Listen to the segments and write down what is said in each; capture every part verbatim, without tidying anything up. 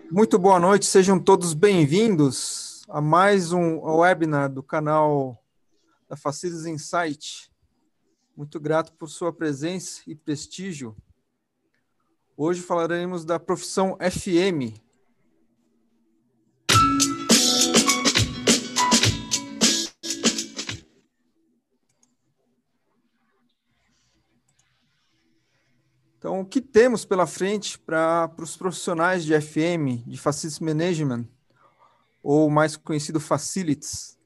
Muito boa noite, sejam todos bem-vindos a mais um webinar do canal da Facilities Insight. Muito grato por sua presença e prestígio. Hoje falaremos da profissão F M. Então, o que temos pela frente para os profissionais de F M, de Facilities Management, ou mais conhecido Facilities?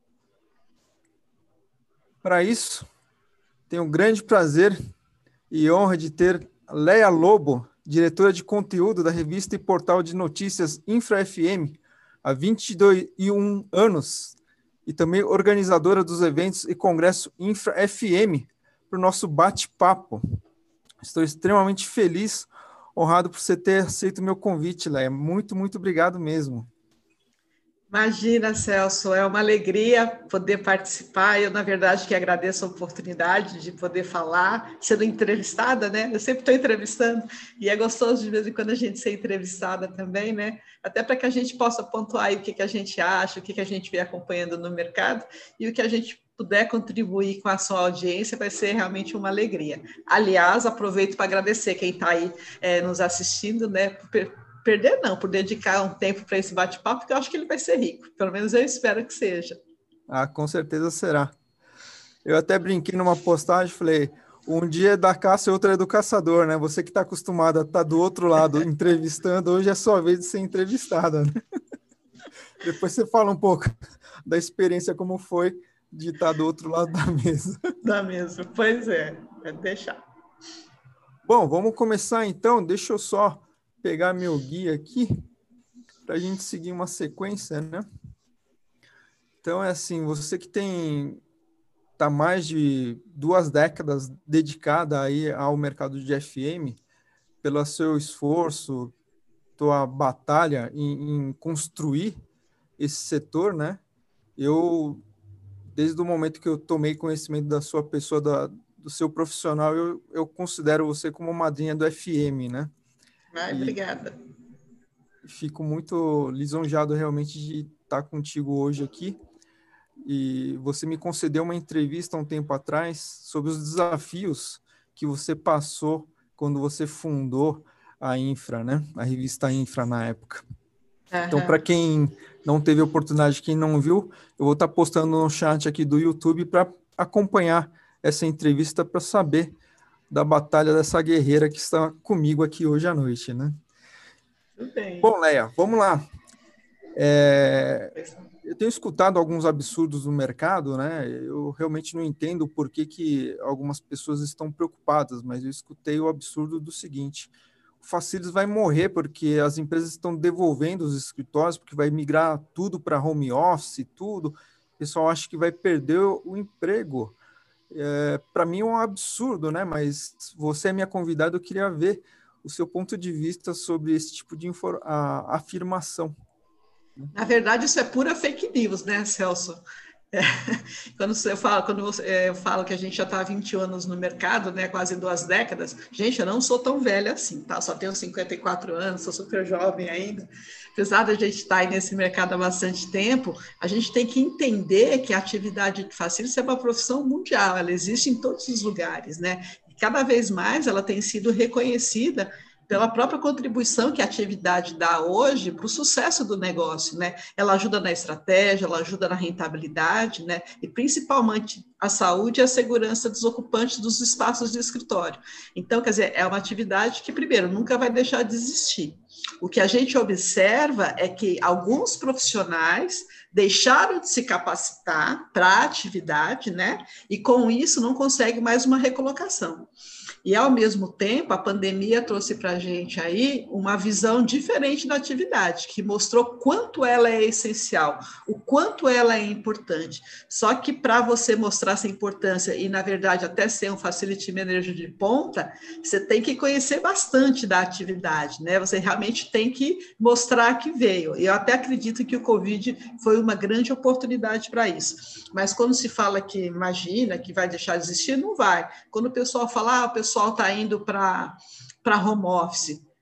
Para isso, tenho o grande prazer e honra de ter Leia Lobo, diretora de conteúdo da revista e portal de notícias Infra F M, há vinte e um anos, e também organizadora dos eventos e congresso Infra F M, para o nosso bate-papo. Estou extremamente feliz, honrado por você ter aceito o meu convite, Leia. Muito, muito obrigado mesmo. Imagina, Celso, é uma alegria poder participar. Eu, na verdade, que agradeço a oportunidade de poder falar, sendo entrevistada, né? Eu sempre estou entrevistando, e é gostoso de vez em quando a gente ser entrevistada também, né? Até para que a gente possa pontuar aí o que, que a gente acha, o que, que a gente vem acompanhando no mercado, e o que a gente puder contribuir com a sua audiência vai ser realmente uma alegria. Aliás, aproveito para agradecer quem está aí é, nos assistindo, né? Por perder não, por dedicar um tempo para esse bate-papo, porque eu acho que ele vai ser rico. Pelo menos eu espero que seja. Ah, com certeza será. Eu até brinquei numa postagem, falei, um dia é da caça e outro é do caçador, né? Você que está acostumado a estar do outro lado entrevistando, hoje é sua vez de ser entrevistada, né? Depois você fala um pouco da experiência, como foi de estar do outro lado da mesa. Da mesa, pois é, é deixar. Bom, vamos começar então. Deixa eu só pegar meu guia aqui para a gente seguir uma sequência, né? Então é assim, você que tem tá mais de duas décadas dedicada aí ao mercado de F M, pelo seu esforço, tua batalha em, em construir esse setor, né? Eu, desde o momento que eu tomei conhecimento da sua pessoa, da, do seu profissional, eu, eu considero você como madrinha do F M, né? Ai, E obrigada. fico muito lisonjeado realmente de estar contigo hoje aqui. E você me concedeu uma entrevista há um tempo atrás sobre os desafios que você passou quando você fundou a Infra, né? A revista Infra na época. Uhum. Então, para quem não teve oportunidade, quem não viu, eu vou estar postando no chat aqui do YouTube para acompanhar essa entrevista para saber da batalha dessa guerreira que está comigo aqui hoje à noite, né? Tudo bem. Bom, Leia, vamos lá. É... Eu tenho escutado alguns absurdos no mercado, né? Eu realmente não entendo por que, que algumas pessoas estão preocupadas, mas eu escutei o absurdo do seguinte: o Facilities vai morrer porque as empresas estão devolvendo os escritórios, porque vai migrar tudo para home office, tudo. O pessoal acha que vai perder o emprego. É, para mim é um absurdo, né? Mas você é minha convidada, eu queria ver o seu ponto de vista sobre esse tipo de a, afirmação. Na verdade, isso é pura fake news, né, Celso? É, quando eu falo, quando você, é, eu falo que a gente já está há vinte anos no mercado, né, quase duas décadas, gente, eu não sou tão velha assim, tá? Só tenho cinquenta e quatro anos, sou super jovem ainda. Apesar da gente estar aí nesse mercado há bastante tempo, a gente tem que entender que a atividade de facilities é uma profissão mundial, ela existe em todos os lugares, né? E cada vez mais ela tem sido reconhecida pela própria contribuição que a atividade dá hoje para o sucesso do negócio, né? Ela ajuda na estratégia, ela ajuda na rentabilidade, né? E principalmente a saúde e a segurança dos ocupantes dos espaços de escritório. Então, quer dizer, é uma atividade que, primeiro, nunca vai deixar de existir. O que a gente observa é que alguns profissionais deixaram de se capacitar para a atividade, né? E com isso não conseguem mais uma recolocação. E, ao mesmo tempo, a pandemia trouxe para a gente aí uma visão diferente da atividade, que mostrou quanto ela é essencial, o quanto ela é importante. Só que para você mostrar essa importância e, na verdade, até ser um facility manager de ponta, você tem que conhecer bastante da atividade, né? Você realmente tem que mostrar que veio. E eu até acredito que o Covid foi uma grande oportunidade para isso. Mas quando se fala que, imagina, que vai deixar de existir, não vai. Quando o pessoal fala, ah, o pessoal está indo para home office,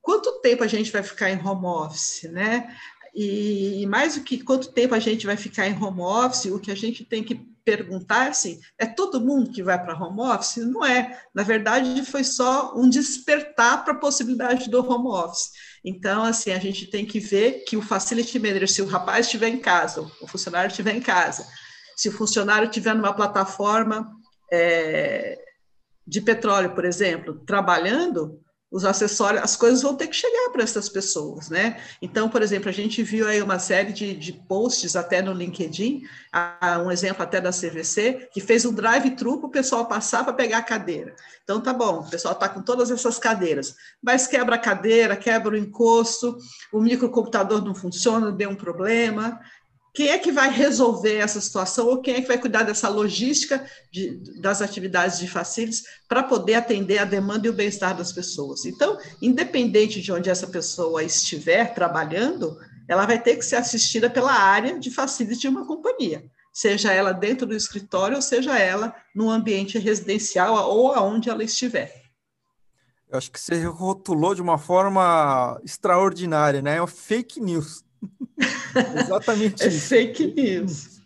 quanto tempo a gente vai ficar em home office, né? E, e mais do que quanto tempo a gente vai ficar em home office, o que a gente tem que perguntar, assim, é todo mundo que vai para home office? Não é. Na verdade, foi só um despertar para a possibilidade do home office. Então, assim, a gente tem que ver que o facility manager, se o rapaz estiver em casa, o funcionário estiver em casa, se o funcionário estiver numa plataforma é, de petróleo, por exemplo, trabalhando, os acessórios, as coisas vão ter que chegar para essas pessoas, né? Então, por exemplo, a gente viu aí uma série de, de posts até no LinkedIn, a, um exemplo até da C V C, que fez um drive-thru para o pessoal passar para pegar a cadeira. Então, tá bom, o pessoal está com todas essas cadeiras, mas quebra a cadeira, quebra o encosto, o microcomputador não funciona, deu um problema. Quem é que vai resolver essa situação ou quem é que vai cuidar dessa logística de, das atividades de facilities para poder atender a demanda e o bem-estar das pessoas? Então, independente de onde essa pessoa estiver trabalhando, ela vai ter que ser assistida pela área de facilities de uma companhia, seja ela dentro do escritório ou seja ela no ambiente residencial ou aonde ela estiver. Eu acho que você rotulou de uma forma extraordinária, né? É um fake news. Exatamente É isso. fake news.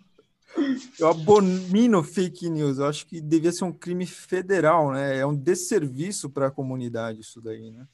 Eu abomino fake news. Eu acho que devia ser um crime federal, né? É um desserviço para a comunidade isso daí, né?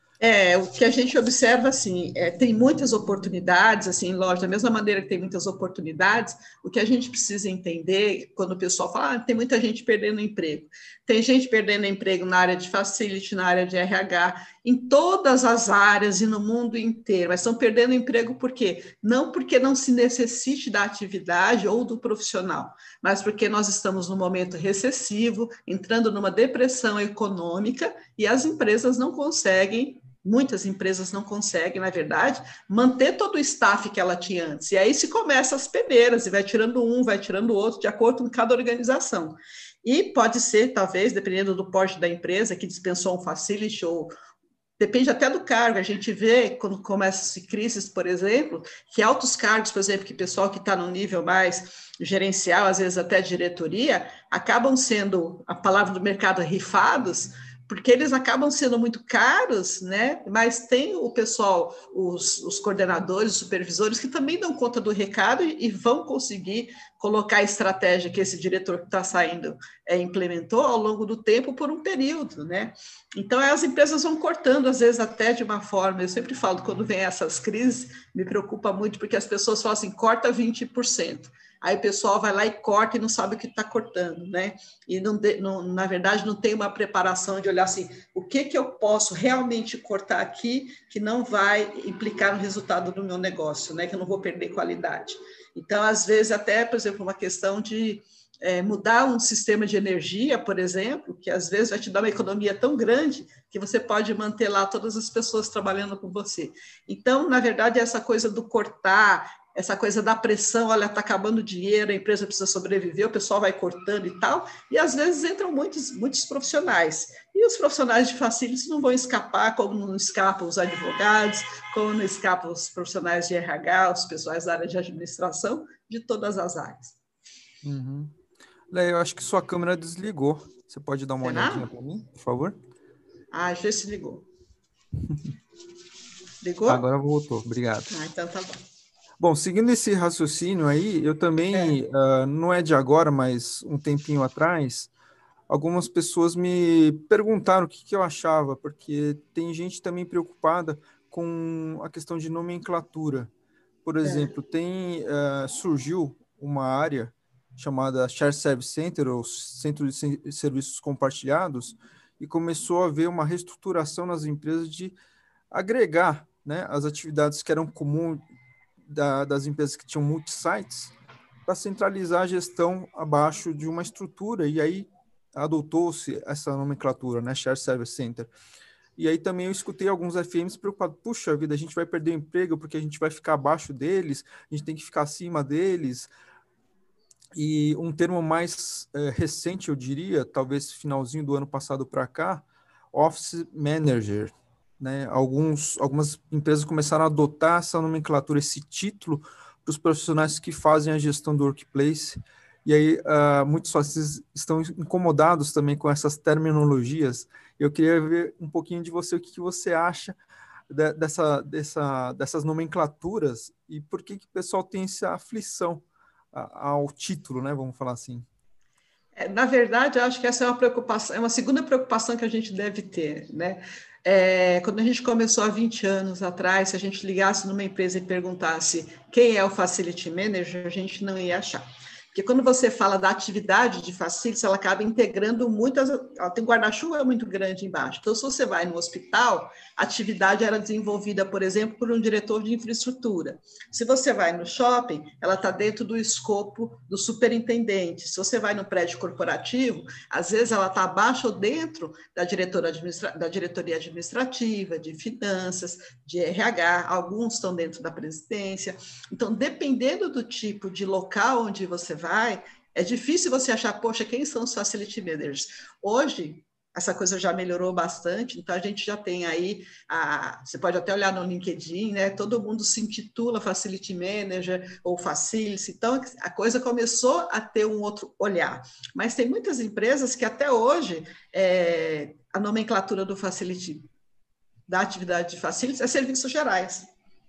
É, o que a gente observa, assim, é, tem muitas oportunidades, assim, lógico, da mesma maneira que tem muitas oportunidades, o que a gente precisa entender, quando o pessoal fala, ah, tem muita gente perdendo emprego. Tem gente perdendo emprego na área de facility, na área de R H, em todas as áreas e no mundo inteiro, mas estão perdendo emprego por quê? Não porque não se necessite da atividade ou do profissional, mas porque nós estamos num momento recessivo, entrando numa depressão econômica e as empresas não conseguem. Muitas empresas não conseguem, na verdade, manter todo o staff que ela tinha antes. E aí se começa as peneiras, e vai tirando um, vai tirando o outro, de acordo com cada organização. E pode ser, talvez, dependendo do porte da empresa, que dispensou um facility, ou depende até do cargo. A gente vê, quando começam crises, por exemplo, que altos cargos, por exemplo, que pessoal que está no nível mais gerencial, às vezes até diretoria, acabam sendo, a palavra do mercado, rifados, porque eles acabam sendo muito caros, né? Mas tem o pessoal, os, os coordenadores, os supervisores, que também dão conta do recado e, e vão conseguir colocar a estratégia que esse diretor que está saindo é, implementou ao longo do tempo por um período, né? Então, as empresas vão cortando, às vezes até de uma forma, eu sempre falo, quando vem essas crises, me preocupa muito, porque as pessoas falam assim, corta vinte por cento. Aí o pessoal vai lá e corta e não sabe o que está cortando, né? E, não, não, na verdade, não tem uma preparação de olhar assim, o que, que eu posso realmente cortar aqui que não vai implicar no resultado do meu negócio, né? Que eu não vou perder qualidade. Então, às vezes, até, por exemplo, uma questão de é, mudar um sistema de energia, por exemplo, que às vezes vai te dar uma economia tão grande que você pode manter lá todas as pessoas trabalhando com você. Então, na verdade, essa coisa do cortar, essa coisa da pressão, olha, está acabando o dinheiro, a empresa precisa sobreviver, o pessoal vai cortando e tal, e às vezes entram muitos, muitos profissionais. E os profissionais de facilities não vão escapar, como não escapam os advogados, como não escapam os profissionais de R H, os pessoais da área de administração, de todas as áreas. Uhum. Leia, eu acho que sua câmera desligou. Você pode dar uma Será? olhadinha para mim, por favor? Ah, já se ligou. Ligou? Agora voltou, obrigado. Ah, então tá bom. Bom, seguindo esse raciocínio aí, eu também, é. Uh, não é de agora, mas um tempinho atrás, algumas pessoas me perguntaram o que, que eu achava, porque tem gente também preocupada com a questão de nomenclatura. Por exemplo, é. tem, uh, surgiu uma área chamada Shared Service Center, ou Centro de Serviços Compartilhados, e começou a haver uma reestruturação nas empresas de agregar, né, as atividades que eram comuns Da, das empresas que tinham multi-sites para centralizar a gestão abaixo de uma estrutura, e aí adotou-se essa nomenclatura, né, Shared Service Center. E aí também eu escutei alguns F Ms preocupados, puxa vida, a gente vai perder o emprego porque a gente vai ficar abaixo deles, a gente tem que ficar acima deles. E um termo mais é, recente, eu diria, talvez finalzinho do ano passado para cá, Office Manager. Né? Alguns, algumas empresas começaram a adotar essa nomenclatura, esse título, para os profissionais que fazem a gestão do workplace. E aí, uh, muitos sócios estão incomodados também com essas terminologias. Eu queria ver um pouquinho de você, o que, que você acha de, dessa, dessa, dessas nomenclaturas e por que, que o pessoal tem essa aflição a, ao título, né? Vamos falar assim. É, na verdade, eu acho que essa é uma preocupação, é uma segunda preocupação que a gente deve ter, né? É, quando a gente começou há vinte anos atrás, se a gente ligasse numa empresa e perguntasse quem é o Facility Manager, a gente não ia achar. Porque quando você fala da atividade de facilities, ela acaba integrando muitas, ela tem um guarda-chuva muito grande embaixo. Então, se você vai no hospital, a atividade era desenvolvida, por exemplo, por um diretor de infraestrutura. Se você vai no shopping, ela está dentro do escopo do superintendente. Se você vai no prédio corporativo, às vezes ela está abaixo ou dentro da, diretora administra- da diretoria administrativa, de finanças, de R H, alguns estão dentro da presidência. Então, dependendo do tipo de local onde você vai, é difícil você achar, poxa, quem são os facility managers? Hoje, essa coisa já melhorou bastante, então a gente já tem aí, a, você pode até olhar no LinkedIn, né? Todo mundo se intitula facility manager ou facility, então a coisa começou a ter um outro olhar. Mas tem muitas empresas que até hoje, é, a nomenclatura do facility, da atividade de facility é serviços gerais.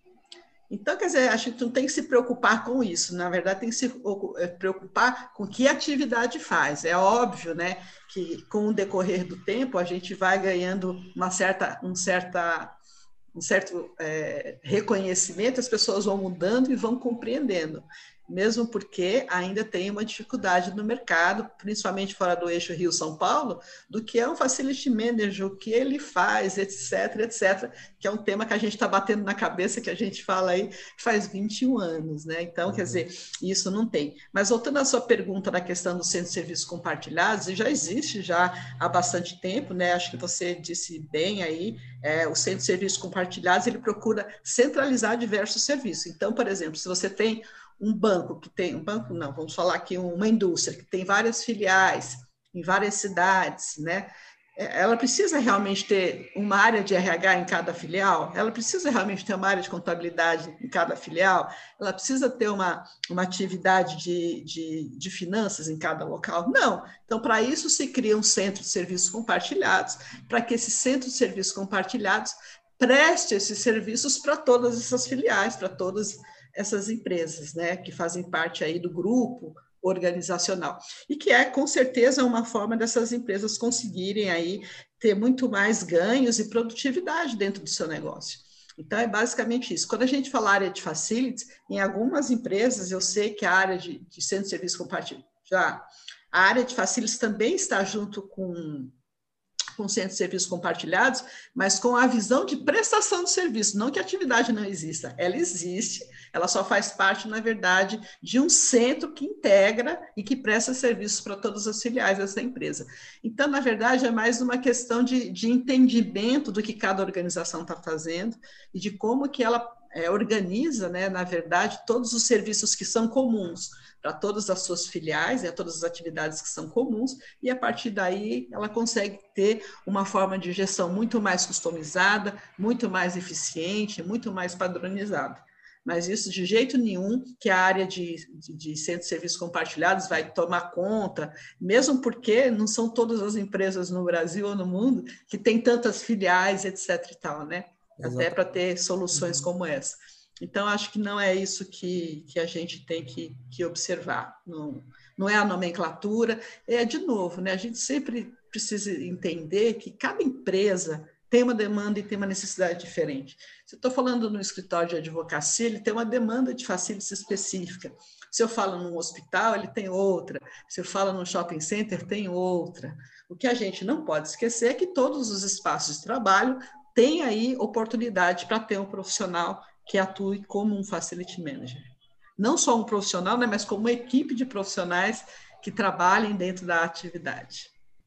Então, quer dizer, a gente não tem que se preocupar com isso, na verdade, tem que se preocupar com que atividade faz. É óbvio, né, que com o decorrer do tempo a gente vai ganhando uma certa, um, certa, um certo é, reconhecimento, as pessoas vão mudando e vão compreendendo, mesmo porque ainda tem uma dificuldade no mercado, principalmente fora do eixo Rio-São Paulo, do que é um facility manager, o que ele faz, etc, etc, que é um tema que a gente está batendo na cabeça, que a gente fala aí faz vinte e um anos, né? Então, uhum. Quer dizer, isso não tem. Mas voltando à sua pergunta na questão do centro de serviços compartilhados, já existe já há bastante tempo, né? Acho que você disse bem aí, é, o centro de serviços compartilhados, ele procura centralizar diversos serviços. Então, por exemplo, se você tem um banco que tem, um banco não, vamos falar aqui uma indústria que tem várias filiais em várias cidades, né? Ela precisa realmente ter uma área de R H em cada filial? Ela precisa realmente ter uma área de contabilidade em cada filial? Ela precisa ter uma, uma atividade de, de, de finanças em cada local? Não. Então, para isso se cria um centro de serviços compartilhados, para que esse centro de serviços compartilhados preste esses serviços para todas essas filiais, para todas essas empresas, né, que fazem parte aí do grupo organizacional, e que é, com certeza, uma forma dessas empresas conseguirem aí ter muito mais ganhos e produtividade dentro do seu negócio. Então, é basicamente isso. Quando a gente fala área de facilities, em algumas empresas, eu sei que a área de, de centro de serviço compartilhado, já, a área de facilities também está junto com com centro de serviços compartilhados, mas com a visão de prestação de serviço, não que a atividade não exista, ela existe, ela só faz parte, na verdade, de um centro que integra e que presta serviços para todas as filiais dessa empresa. Então, na verdade, é mais uma questão de, de entendimento do que cada organização está fazendo e de como que ela é, organiza, né, na verdade, todos os serviços que são comuns para todas as suas filiais, né, todas as atividades que são comuns, e a partir daí ela consegue ter uma forma de gestão muito mais customizada, muito mais eficiente, muito mais padronizada. Mas isso de jeito nenhum que a área de, de, de centro de serviços compartilhados vai tomar conta, mesmo porque não são todas as empresas no Brasil ou no mundo que têm tantas filiais, etc e tal, né? Exato. Até para ter soluções uhum. como essa. Então, acho que não é isso que, que a gente tem que, que observar. Não, não é a nomenclatura, é de novo, né? A gente sempre precisa entender que cada empresa tem uma demanda e tem uma necessidade diferente. Se eu estou falando no escritório de advocacia, ele tem uma demanda de facilities específica. Se eu falo num hospital, ele tem outra. Se eu falo num shopping center, tem outra. O que a gente não pode esquecer é que todos os espaços de trabalho têm aí oportunidade para ter um profissional que atue como um facility manager. Não só um profissional, né, mas como uma equipe de profissionais que trabalhem dentro da atividade.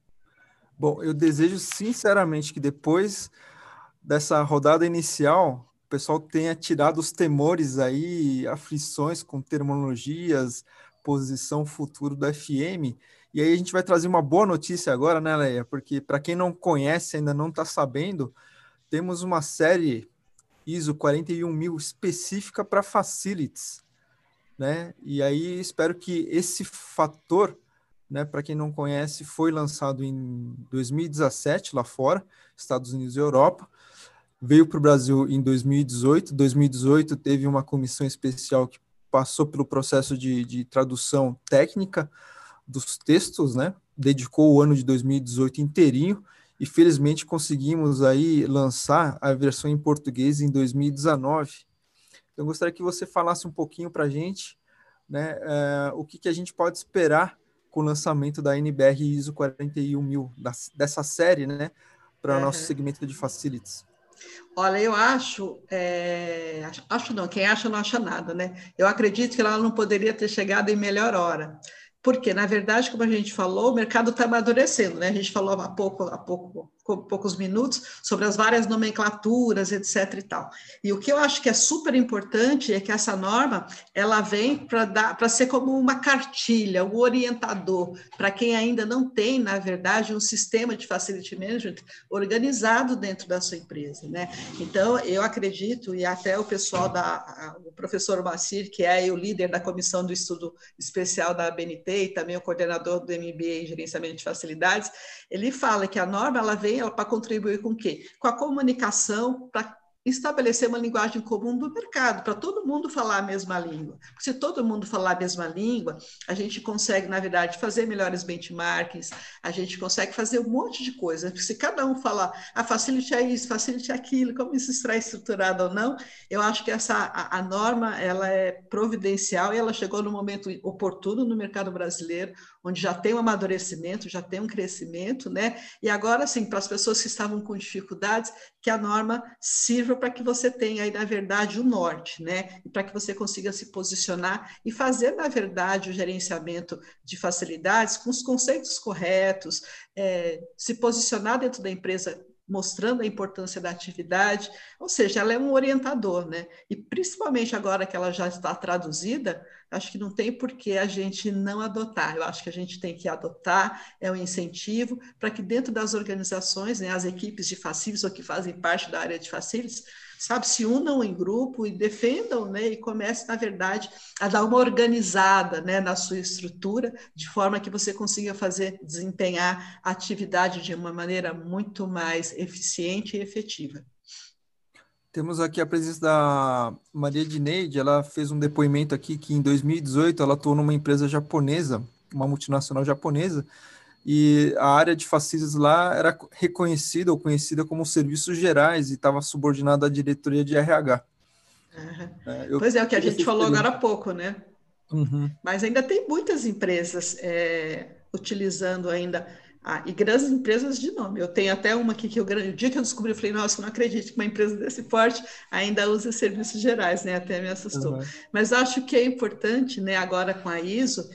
Bom, eu desejo sinceramente que depois dessa rodada inicial, o pessoal tenha tirado os temores aí, aflições com terminologias, posição futuro da F M, e aí a gente vai trazer uma boa notícia agora, né, Leia? Porque para quem não conhece, ainda não está sabendo, temos uma série I S O quarenta e um mil específica para facilities, né? E aí espero que esse fator, né, para quem não conhece, foi lançado em dois mil e dezessete lá fora, Estados Unidos e Europa, veio para o Brasil em dois mil e dezoito. dois mil e dezoito teve uma comissão especial que passou pelo processo de, de tradução técnica dos textos, né? Dedicou o ano de dois mil e dezoito inteirinho e felizmente conseguimos aí lançar a versão em português em dois mil e dezenove. Então, eu gostaria que você falasse um pouquinho para a gente, né, é, o que, que a gente pode esperar com o lançamento da N B R ISO quarenta e um mil, da, dessa série, né, para o nosso Uhum. segmento de facilities. Olha, eu acho, é, acho não, quem acha não acha nada, né? Eu acredito que ela não poderia ter chegado em melhor hora. Porque, na verdade, como a gente falou, o mercado está amadurecendo, né? A gente falou há pouco, há pouco, poucos minutos sobre as várias nomenclaturas, etc e tal. E o que eu acho que é super importante é que essa norma, ela vem para dar, para ser como uma cartilha, um orientador para quem ainda não tem, na verdade, um sistema de facility management organizado dentro da sua empresa, né? Então, eu acredito, e até o pessoal da, o professor Macir, que é o líder da comissão do estudo especial da A B N T, e também o coordenador do M B A em gerenciamento de facilidades, ele fala que a norma ela vem para contribuir com o quê? Com a comunicação, para estabelecer uma linguagem comum do mercado, para todo mundo falar a mesma língua. Se todo mundo falar a mesma língua, a gente consegue, na verdade, fazer melhores benchmarkings, a gente consegue fazer um monte de coisa. Se cada um falar, a ah, facility é isso, facility é aquilo, como isso está estruturado ou não, eu acho que essa, a, a norma ela é providencial e ela chegou no momento oportuno no mercado brasileiro, onde já tem um amadurecimento, já tem um crescimento, né? E agora, sim, para as pessoas que estavam com dificuldades, que a norma sirva para que você tenha aí, na verdade, o norte, né? E para que você consiga se posicionar e fazer, na verdade, o gerenciamento de facilidades com os conceitos corretos, é, se posicionar dentro da empresa mostrando a importância da atividade, ou seja, ela é um orientador, né? E principalmente agora que ela já está traduzida, acho que não tem por que a gente não adotar. Eu acho que a gente tem que adotar, é um incentivo para que dentro das organizações, né, as equipes de facilities ou que fazem parte da área de facilities, sabe, se unam em grupo e defendam, né, e comecem, na verdade, a dar uma organizada, né, na sua estrutura, de forma que você consiga fazer, desempenhar a atividade de uma maneira muito mais eficiente e efetiva. Temos aqui a presença da Maria Dineide, ela fez um depoimento aqui que em dois mil e dezoito ela atuou numa empresa japonesa, uma multinacional japonesa, e a área de facilities lá era reconhecida ou conhecida como serviços gerais e estava subordinada à diretoria de R H. Uhum. É, eu Pois é, o que a tive essa gente falou agora há experiência. pouco, né? Uhum. Mas ainda tem muitas empresas é, utilizando ainda, ah, e grandes empresas de nome. Eu tenho até uma aqui que eu, o dia que eu descobri, eu falei, nossa, eu não acredito que uma empresa desse porte ainda usa serviços gerais, né? Até me assustou. Uhum. Mas acho que é importante, né, agora com a ISO,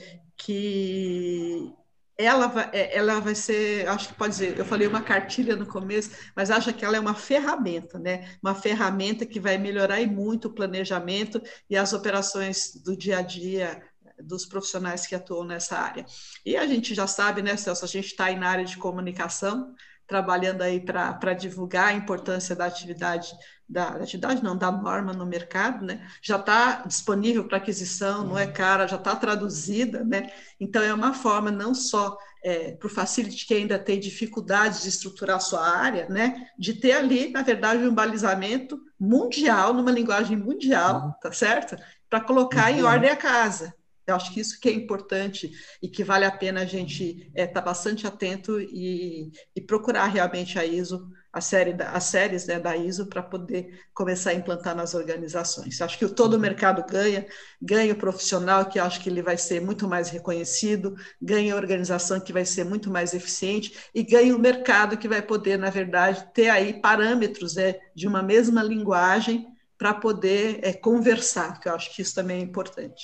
que ela vai, é, ela vai ser, acho que pode dizer, eu falei uma cartilha no começo, mas acho que ela é uma ferramenta, né? Uma ferramenta que vai melhorar e muito o planejamento e as operações do dia a dia dos profissionais que atuam nessa área. E a gente já sabe, né, Celso, a gente está aí na área de comunicação, trabalhando aí para divulgar a importância da atividade, da, da atividade não, da norma no mercado, né? Já está disponível para aquisição, não é cara, já está traduzida, né? Então é uma forma não só é, para o facility que ainda tem dificuldades de estruturar a sua área, né? De ter ali, na verdade, um balizamento mundial, numa linguagem mundial, tá certo? Para colocar em Uhum. ordem a casa. Eu acho que isso que é importante e que vale a pena a gente estar é, tá bastante atento e, e procurar realmente a ISO, a série da, as séries, né, da ISO para poder começar a implantar nas organizações. Eu acho que todo o mercado ganha, ganha o profissional, que eu acho que ele vai ser muito mais reconhecido, ganha a organização, que vai ser muito mais eficiente, e ganha o mercado, que vai poder, na verdade, ter aí parâmetros, né, de uma mesma linguagem para poder é, conversar, que eu acho que isso também é importante.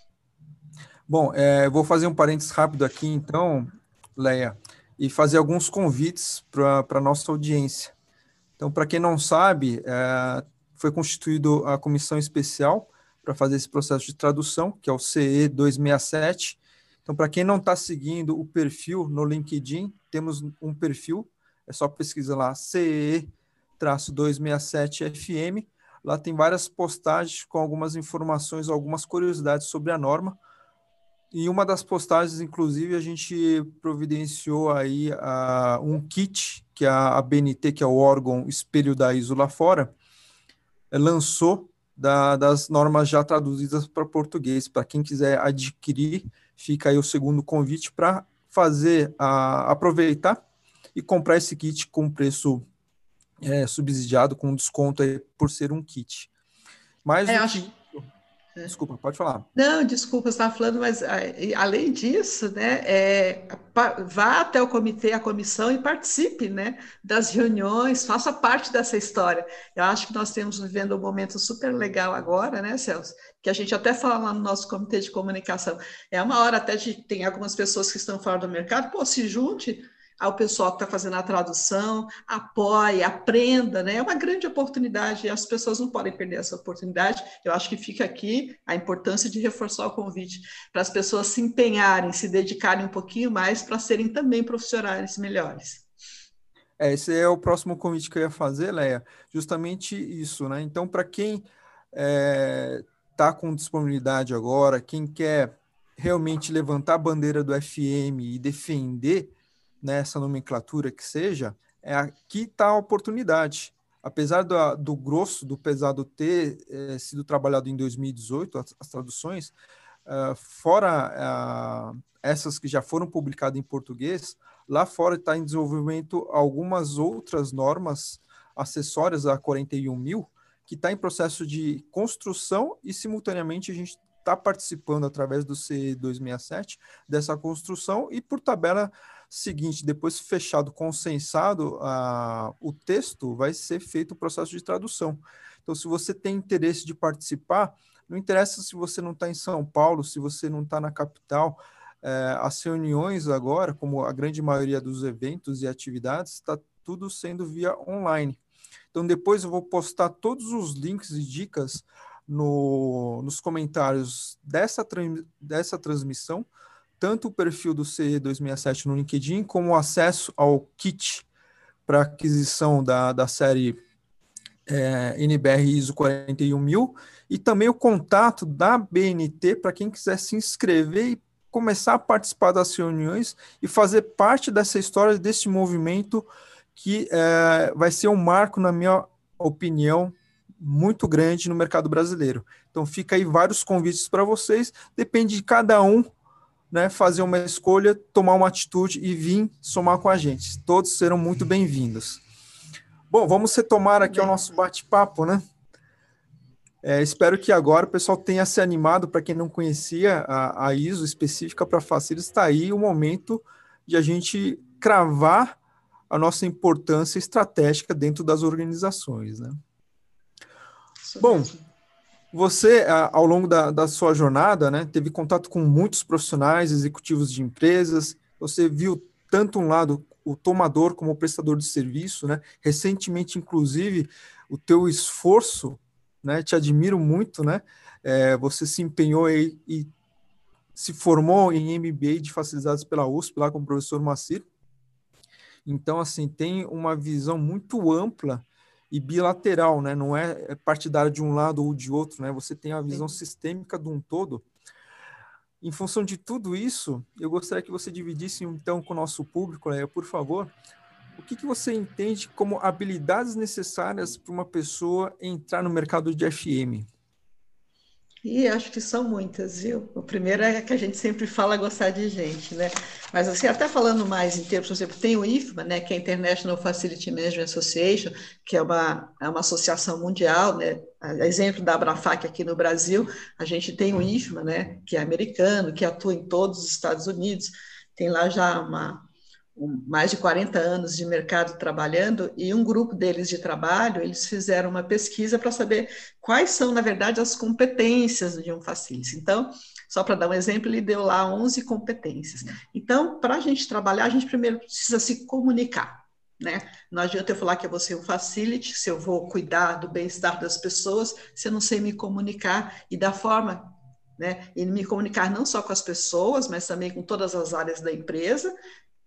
Bom, é, eu vou fazer um parênteses rápido aqui, então, Leia, e fazer alguns convites para a nossa audiência. Então, para quem não sabe, é, foi constituída a comissão especial para fazer esse processo de tradução, que é o C E duzentos e sessenta e sete. Então, para quem não está seguindo o perfil no LinkedIn, temos um perfil, é só pesquisar lá, C E duzentos e sessenta e sete F M. Lá tem várias postagens com algumas informações, algumas curiosidades sobre a norma. Em uma das postagens, inclusive, a gente providenciou aí uh, um kit que a, a B N T, que é o órgão espelho da I S O lá fora, é, lançou da, das normas já traduzidas para português. Para quem quiser adquirir, fica aí o segundo convite para fazer, a, aproveitar e comprar esse kit com preço é, subsidiado, com desconto aí por ser um kit. Mais É, do acho que... Desculpa, pode falar. Não, desculpa, você estava falando, mas a- e, além disso, né, é, pa- vá até o comitê, a comissão e participe, né, das reuniões, faça parte dessa história. Eu acho que nós estamos vivendo um momento super legal agora, né, Celso? Que a gente até fala lá no nosso comitê de comunicação. É uma hora até de tem algumas pessoas que estão fora do mercado, pô, se junte ao pessoal que está fazendo a tradução, apoie, aprenda, né? É uma grande oportunidade e as pessoas não podem perder essa oportunidade. Eu acho que fica aqui a importância de reforçar o convite para as pessoas se empenharem, se dedicarem um pouquinho mais para serem também profissionais melhores. É, esse é o próximo convite que eu ia fazer, Leia, justamente isso, né? Então, para quem está com disponibilidade agora, quem quer realmente levantar a bandeira do F M e defender, né, essa nomenclatura que seja, é aqui está a oportunidade. Apesar do, do grosso, do pesado ter é, sido trabalhado em dois mil e dezoito, as, as traduções, uh, fora uh, essas que já foram publicadas em português, lá fora está em desenvolvimento algumas outras normas acessórias a quarenta e um mil, que está em processo de construção e, simultaneamente, a gente está participando, através do C duzentos e sessenta e sete, dessa construção e, por tabela seguinte, depois fechado, consensado, uh, o texto, vai ser feito o processo de tradução. Então, se você tem interesse de participar, não interessa se você não está em São Paulo, se você não está na capital, eh, as reuniões agora, como a grande maioria dos eventos e atividades, está tudo sendo via online. Então, depois eu vou postar todos os links e dicas no, nos comentários dessa, dessa transmissão, tanto o perfil do C duzentos e sessenta e sete no LinkedIn, como o acesso ao kit para aquisição da, da série é, N B R I S O quarenta e um mil, e também o contato da B N T para quem quiser se inscrever e começar a participar das reuniões e fazer parte dessa história, desse movimento que é, vai ser um marco, na minha opinião, muito grande no mercado brasileiro. Então fica aí vários convites para vocês, depende de cada um, né, fazer uma escolha, tomar uma atitude e vir somar com a gente. Todos serão muito bem-vindos. Bom, vamos retomar aqui o nosso bate-papo, né? É, espero que agora o pessoal tenha se animado. Para quem não conhecia a, a I S O específica para Facilities, está aí o momento de a gente cravar a nossa importância estratégica dentro das organizações, né? Isso Bom, mesmo. você, ao longo da, da sua jornada, né, teve contato com muitos profissionais, executivos de empresas, você viu tanto um lado, o tomador como o prestador de serviço, né? Recentemente, inclusive, o teu esforço, né, te admiro muito, né? É, você se empenhou aí e se formou em M B A de facilidades pela U S P, lá com o professor Macir. Então, assim, tem uma visão muito ampla e bilateral, né? Não é partidário de um lado ou de outro, né? Você tem a visão Sim. sistêmica de um todo. Em função de tudo isso, eu gostaria que você dividisse, então, com o nosso público, Leia, por favor, o que, que você entende como habilidades necessárias para uma pessoa entrar no mercado de F M? E acho que são muitas, viu? O primeiro é que a gente sempre fala gostar de gente, né? Mas assim, até falando mais em termos, por exemplo, tem o I F M A, né, que é a International Facility Management Association, que é uma, é uma associação mundial, né? A exemplo da Abrafac aqui no Brasil, a gente tem o I F M A, né, que é americano, que atua em todos os Estados Unidos, tem lá já uma mais de quarenta anos de mercado trabalhando, e um grupo deles de trabalho, eles fizeram uma pesquisa para saber quais são, na verdade, as competências de um facility. Então, só para dar um exemplo, ele deu lá onze competências. Então, para a gente trabalhar, a gente primeiro precisa se comunicar, né? Não adianta eu falar que eu vou ser um facility, se eu vou cuidar do bem-estar das pessoas, se eu não sei me comunicar e da forma, né? E me comunicar não só com as pessoas, mas também com todas as áreas da empresa,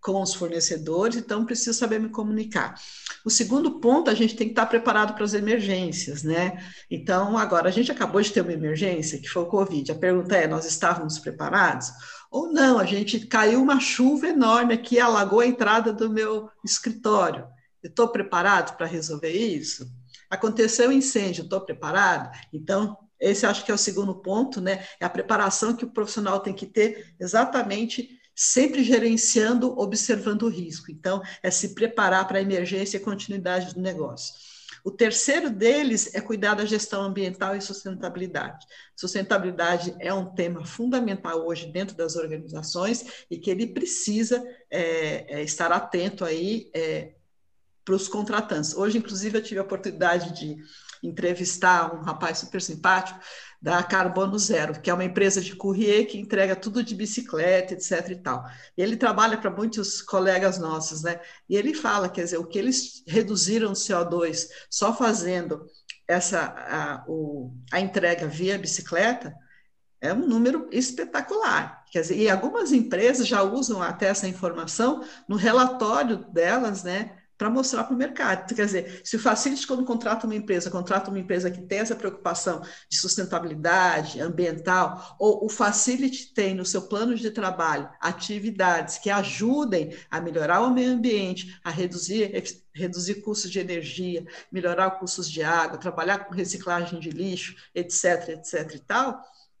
com os fornecedores, então preciso saber me comunicar. O segundo ponto, a gente tem que estar preparado para as emergências, né? Então, agora, a gente acabou de ter uma emergência, que foi o Covid. A pergunta é, nós estávamos preparados? Ou não, a gente caiu uma chuva enorme aqui, alagou a entrada do meu escritório. Eu estou preparado para resolver isso? Aconteceu um incêndio, estou preparado? Então, esse acho que é o segundo ponto, né? É a preparação que o profissional tem que ter exatamente sempre gerenciando, observando o risco. Então, é se preparar para a emergência e continuidade do negócio. O terceiro deles é cuidar da gestão ambiental e sustentabilidade. Sustentabilidade é um tema fundamental hoje dentro das organizações e que ele precisa é, é, estar atento aí é, para os contratantes. Hoje, inclusive, eu tive a oportunidade de entrevistar um rapaz super simpático da Carbono Zero, que é uma empresa de courrier que entrega tudo de bicicleta, etc e tal. E ele trabalha para muitos colegas nossos, né? E ele fala, quer dizer, o que eles reduziram o C O dois só fazendo essa, a, o, a entrega via bicicleta é um número espetacular. Quer dizer, e algumas empresas já usam até essa informação no relatório delas, né? Para mostrar para o mercado. Quer dizer, se o Facility, quando contrata uma empresa, contrata uma empresa que tem essa preocupação de sustentabilidade ambiental, ou o Facility tem no seu plano de trabalho atividades que ajudem a melhorar o meio ambiente, a reduzir, reduzir custos de energia, melhorar custos de água, trabalhar com reciclagem de lixo, etc, etc e tal,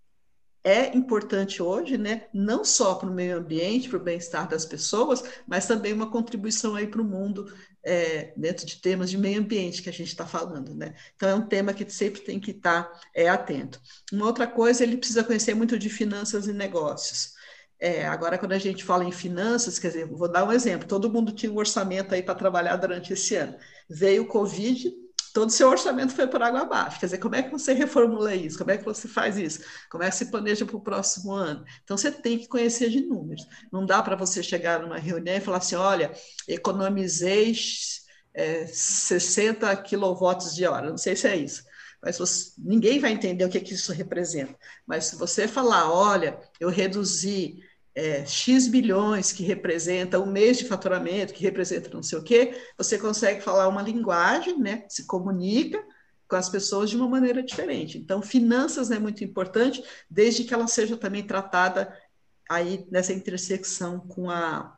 é importante hoje, né, não só para o meio ambiente, para o bem-estar das pessoas, mas também uma contribuição aí para o mundo, é, dentro de temas de meio ambiente que a gente está falando, né? Então, é um tema que sempre tem que estar é, atento. Uma outra coisa, ele precisa conhecer muito de finanças e negócios. É, agora, quando a gente fala em finanças, quer dizer, vou dar um exemplo, todo mundo tinha um orçamento aí para trabalhar durante esse ano. Veio o Covid, todo o seu orçamento foi por água abaixo. Quer dizer, como é que você reformula isso? Como é que você faz isso? Como é que se planeja para o próximo ano? Então, você tem que conhecer de números. Não dá para você chegar numa reunião e falar assim, olha, economizei é, sessenta quilovolts de hora. Não sei se é isso. Mas você, ninguém vai entender o que, que isso representa. Mas se você falar, olha, eu reduzi É, X bilhões, que representa um mês de faturamento, que representa não sei o quê, você consegue falar uma linguagem, né, se comunica com as pessoas de uma maneira diferente. Então, finanças é muito importante, desde que ela seja também tratada aí nessa intersecção com a,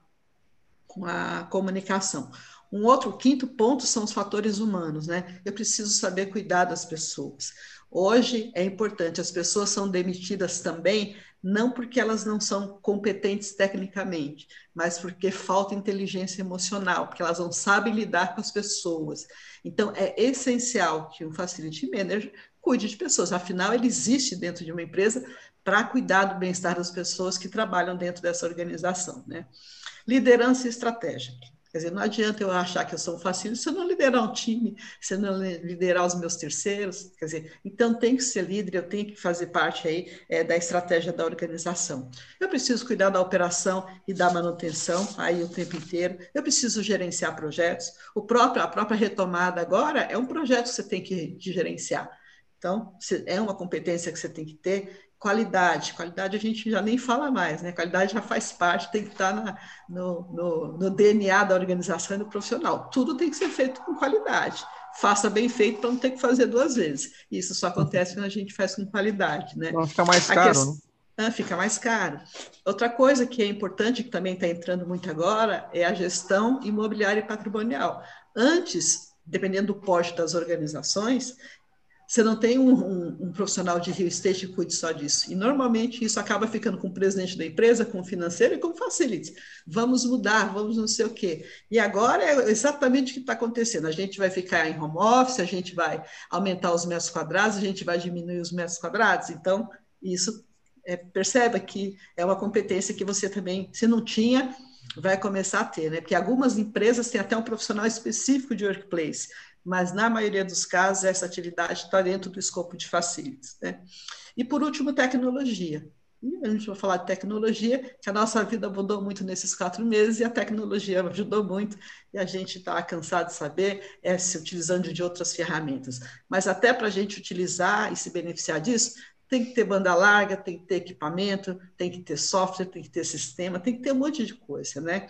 com a comunicação. Um outro quinto ponto são os fatores humanos, né? Eu preciso saber cuidar das pessoas. Hoje é importante, as pessoas são demitidas também, não porque elas não são competentes tecnicamente, mas porque falta inteligência emocional, porque elas não sabem lidar com as pessoas. Então, é essencial que um Facility Manager cuide de pessoas, afinal, ele existe dentro de uma empresa para cuidar do bem-estar das pessoas que trabalham dentro dessa organização, né? Liderança estratégica. Quer dizer, não adianta eu achar que eu sou um facilita se eu não liderar um time, se eu não liderar os meus terceiros. Quer dizer, então tem que ser líder, eu tenho que fazer parte aí é, da estratégia da organização. Eu preciso cuidar da operação e da manutenção aí o tempo inteiro. Eu preciso gerenciar projetos. O próprio, a própria retomada agora é um projeto que você tem que, que gerenciar. Então, é uma competência que você tem que ter. Qualidade, qualidade a gente já nem fala mais, né? Qualidade já faz parte, tem que estar na, no, no, no D N A da organização e do profissional. Tudo tem que ser feito com qualidade. Faça bem feito para não ter que fazer duas vezes. Isso só acontece quando a gente faz com qualidade, né? Não fica mais caro, que... né? Fica mais caro. Outra coisa que é importante, que também está entrando muito agora, é a gestão imobiliária e patrimonial. Antes, dependendo do porte das organizações, você não tem um, um, um profissional de real estate que cuide só disso. E, normalmente, isso acaba ficando com o presidente da empresa, com o financeiro e com o facility. Vamos mudar, vamos não sei o quê. E agora é exatamente o que está acontecendo. A gente vai ficar em home office, a gente vai aumentar os metros quadrados, a gente vai diminuir os metros quadrados. Então, isso, é, perceba que é uma competência que você também, se não tinha, vai começar a ter, né? Porque algumas empresas têm até um profissional específico de workplace, mas na maioria dos casos essa atividade está dentro do escopo de facilities, né? E por último, tecnologia. E a gente vai falar de tecnologia, que a nossa vida mudou muito nesses quatro meses e a tecnologia ajudou muito e a gente está cansado de saber, é se utilizando de outras ferramentas. Mas até para a gente utilizar e se beneficiar disso, tem que ter banda larga, tem que ter equipamento, tem que ter software, tem que ter sistema, tem que ter um monte de coisa, né?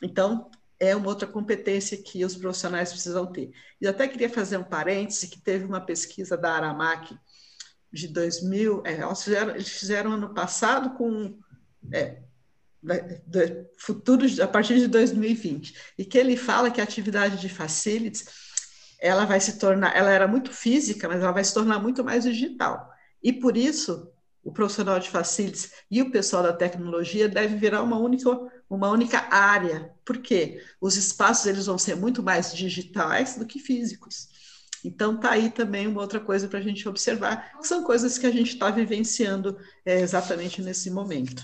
Então, é uma outra competência que os profissionais precisam ter. E eu até queria fazer um parêntese, que teve uma pesquisa da Aramac de dois mil, é, eles, fizeram, eles fizeram ano passado com é, futuros a partir de dois mil e vinte, e que ele fala que a atividade de facilities, ela vai se tornar, ela era muito física, mas ela vai se tornar muito mais digital. E por isso, o profissional de facilities e o pessoal da tecnologia deve virar uma única, uma única área. Por quê? Os espaços eles vão ser muito mais digitais do que físicos. Então, está aí também uma outra coisa para a gente observar, que são coisas que a gente está vivenciando é, exatamente nesse momento.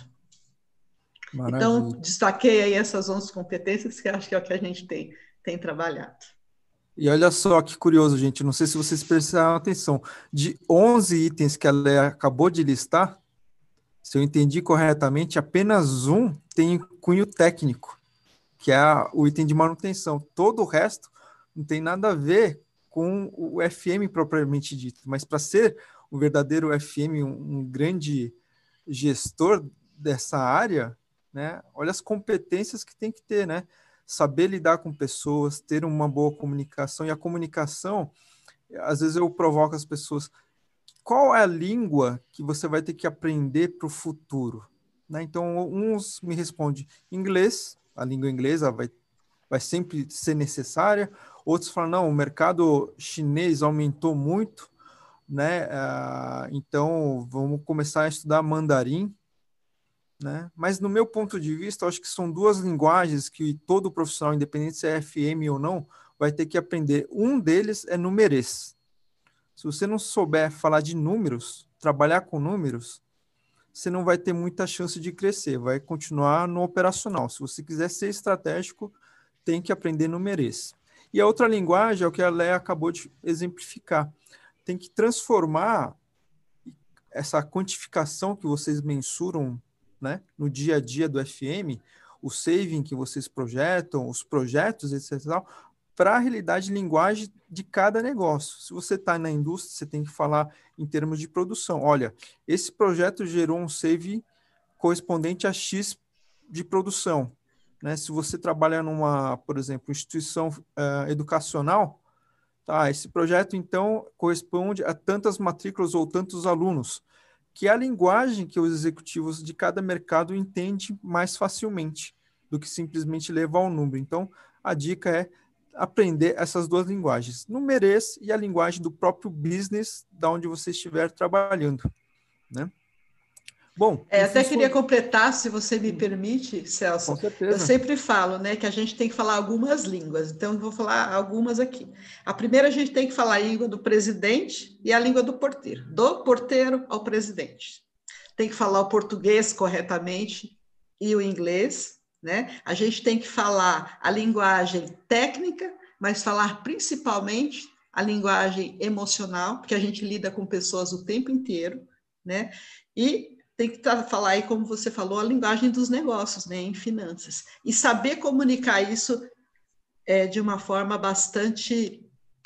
Então, Maravilha. destaquei aí essas onze competências que acho que é o que a gente tem, tem trabalhado. E olha só que curioso, gente, não sei se vocês prestaram atenção, de onze itens que a Léa acabou de listar, se eu entendi corretamente, apenas um tem cunho técnico, que é o item de manutenção. Todo o resto não tem nada a ver com o F M propriamente dito, mas para ser um verdadeiro F M, um, um grande gestor dessa área, né, olha as competências que tem que ter, né? Saber lidar com pessoas, ter uma boa comunicação, e a comunicação, às vezes eu provoco as pessoas, qual é a língua que você vai ter que aprender para o futuro? Né? Então, uns me respondem inglês, a língua inglesa vai, vai sempre ser necessária, outros falam, não, o mercado chinês aumentou muito, né? Ah, então vamos começar a estudar mandarim, né? Mas no meu ponto de vista, eu acho que são duas linguagens que todo profissional, independente se é F M ou não, vai ter que aprender. Um deles é numerês. Se você não souber falar de números, trabalhar com números, você não vai ter muita chance de crescer, vai continuar no operacional. Se você quiser ser estratégico, tem que aprender numerês. E a outra linguagem é o que a Léa acabou de exemplificar. Tem que transformar essa quantificação que vocês mensuram, né, no dia a dia do F M, o saving que vocês projetam, os projetos, etcétera, para a realidade de linguagem de cada negócio. Se você está na indústria, você tem que falar em termos de produção. Olha, esse projeto gerou um save correspondente a X de produção. Né? Se você trabalha numa, por exemplo, instituição uh, educacional, tá, esse projeto, então, corresponde a tantas matrículas ou tantos alunos, que é a linguagem que os executivos de cada mercado entendem mais facilmente do que simplesmente levar o número. Então, a dica é aprender essas duas linguagens, numerês e a linguagem do próprio business da onde você estiver trabalhando, né? Bom, É, no até fim queria foi... completar, se você me permite, Com Celso. Eu certeza. sempre falo, né, que a gente tem que falar algumas línguas, então eu vou falar algumas aqui. A primeira, a gente tem que falar a língua do presidente e a língua do porteiro, do porteiro ao presidente. Tem que falar o português corretamente e o inglês, né? A gente tem que falar a linguagem técnica, mas falar principalmente a linguagem emocional, porque a gente lida com pessoas o tempo inteiro, né? E tem que falar aí, como você falou, a linguagem dos negócios, né, em finanças. E saber comunicar isso é, de uma forma bastante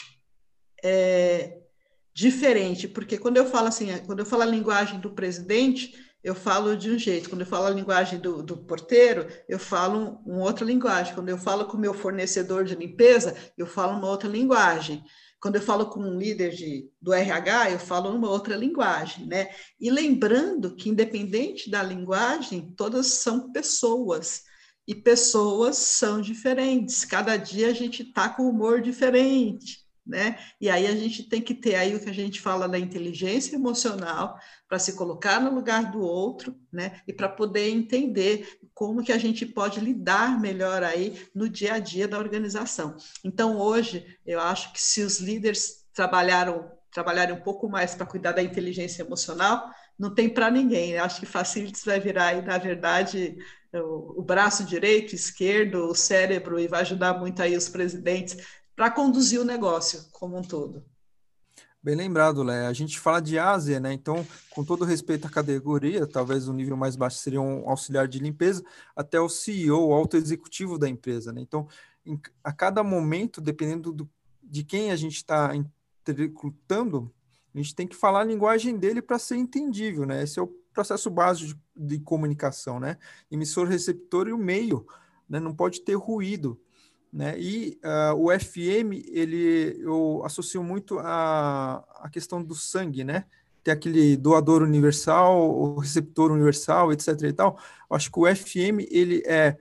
é, diferente, porque quando eu falo assim, quando eu falo a linguagem do presidente, eu falo de um jeito, quando eu falo a linguagem do, do porteiro, eu falo uma outra linguagem, quando eu falo com o meu fornecedor de limpeza, eu falo uma outra linguagem. Quando eu falo com um líder de, do R H, eu falo uma outra linguagem, né? E lembrando que, independente da linguagem, todas são pessoas. E pessoas são diferentes. Cada dia a gente está com humor diferente, né? E aí a gente tem que ter aí o que a gente fala da inteligência emocional para se colocar no lugar do outro, né? E para poder entender como que a gente pode lidar melhor aí no dia a dia da organização. Então, hoje, eu acho que se os líderes trabalharam, trabalharem um pouco mais para cuidar da inteligência emocional, não tem para ninguém. Eu acho que Facilities vai virar aí, na verdade, o, o braço direito, esquerdo, o cérebro, e vai ajudar muito aí os presidentes para conduzir o negócio como um todo. Bem lembrado, Lé. A gente fala de Ásia, né? Então, com todo respeito à categoria, talvez o nível mais baixo seria um auxiliar de limpeza, até o C E O, o alto executivo da empresa, né? Então, em, a cada momento, dependendo do, de quem a gente está recrutando, a gente tem que falar a linguagem dele para ser entendível, né? Esse é o processo básico de, de comunicação, né? Emissor, receptor e o meio, né? Não pode ter ruído, né? E uh, o F M, ele, eu associo muito a, a questão do sangue, né? Tem aquele doador universal, o receptor universal, etc e tal. Eu acho que o F M, ele é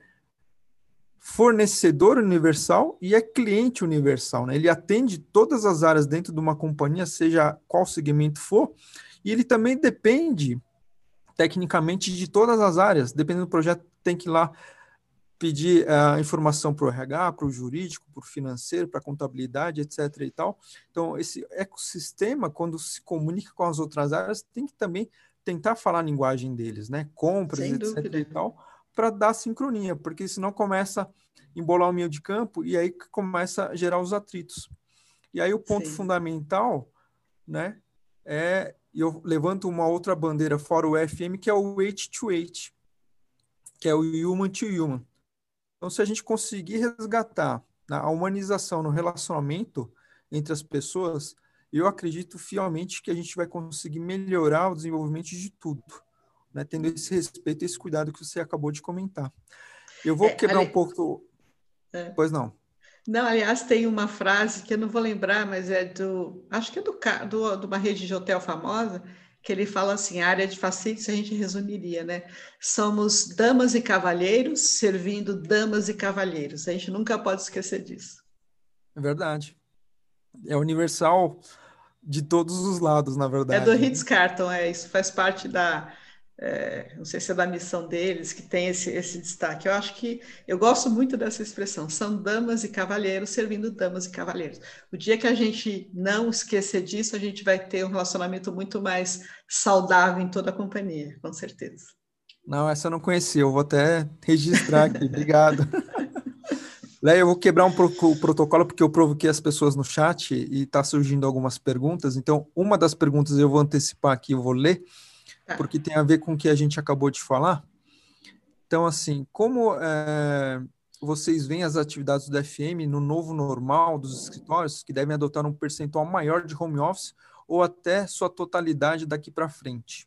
fornecedor universal e é cliente universal, né? Ele atende todas as áreas dentro de uma companhia, seja qual segmento for, e ele também depende, tecnicamente, de todas as áreas. Dependendo do projeto, tem que ir lá pedir a uh, informação para o R H, para o jurídico, para o financeiro, para a contabilidade, etc e tal. Então, esse ecossistema, quando se comunica com as outras áreas, tem que também tentar falar a linguagem deles, né? Compras, Sem etc dúvida. e tal, para dar sincronia, porque senão começa a embolar o meio de campo e aí começa a gerar os atritos. E aí o ponto Sim. fundamental, né, é, eu levanto uma outra bandeira fora o F M, que é o H to H, que é o Human to Human. Então, se a gente conseguir resgatar a humanização no relacionamento entre as pessoas, eu acredito fielmente que a gente vai conseguir melhorar o desenvolvimento de tudo, né? Tendo esse respeito e esse cuidado que você acabou de comentar. Eu vou É, quebrar um ali, pouco... é. Pois não. Não, aliás, tem uma frase que eu não vou lembrar, mas é do, acho que é do, ca- do, de uma rede de hotel famosa, que ele fala assim, a área de facilities a gente resumiria, né? Somos damas e cavalheiros servindo damas e cavalheiros. A gente nunca pode esquecer disso. É verdade. É universal de todos os lados, na É do verdade, né? Ritz-Carlton, é, isso faz parte da, é, não sei se é da missão deles, que tem esse, esse destaque. Eu acho que, eu gosto muito dessa expressão, são damas e cavalheiros servindo damas e cavalheiros. O dia que a gente não esquecer disso, a gente vai ter um relacionamento muito mais saudável em toda a companhia, com certeza. Não, essa eu não conhecia, eu vou até registrar aqui, obrigado. Léo, eu vou quebrar um pro- o protocolo porque eu provoquei as pessoas no chat e está surgindo algumas perguntas. Então, uma das perguntas eu vou antecipar aqui, eu vou ler, Tá. porque tem a ver com o que a gente acabou de falar. Então, assim, como é, vocês veem as atividades do F M no novo normal dos escritórios, que devem adotar um percentual maior de home office ou até sua totalidade daqui para frente?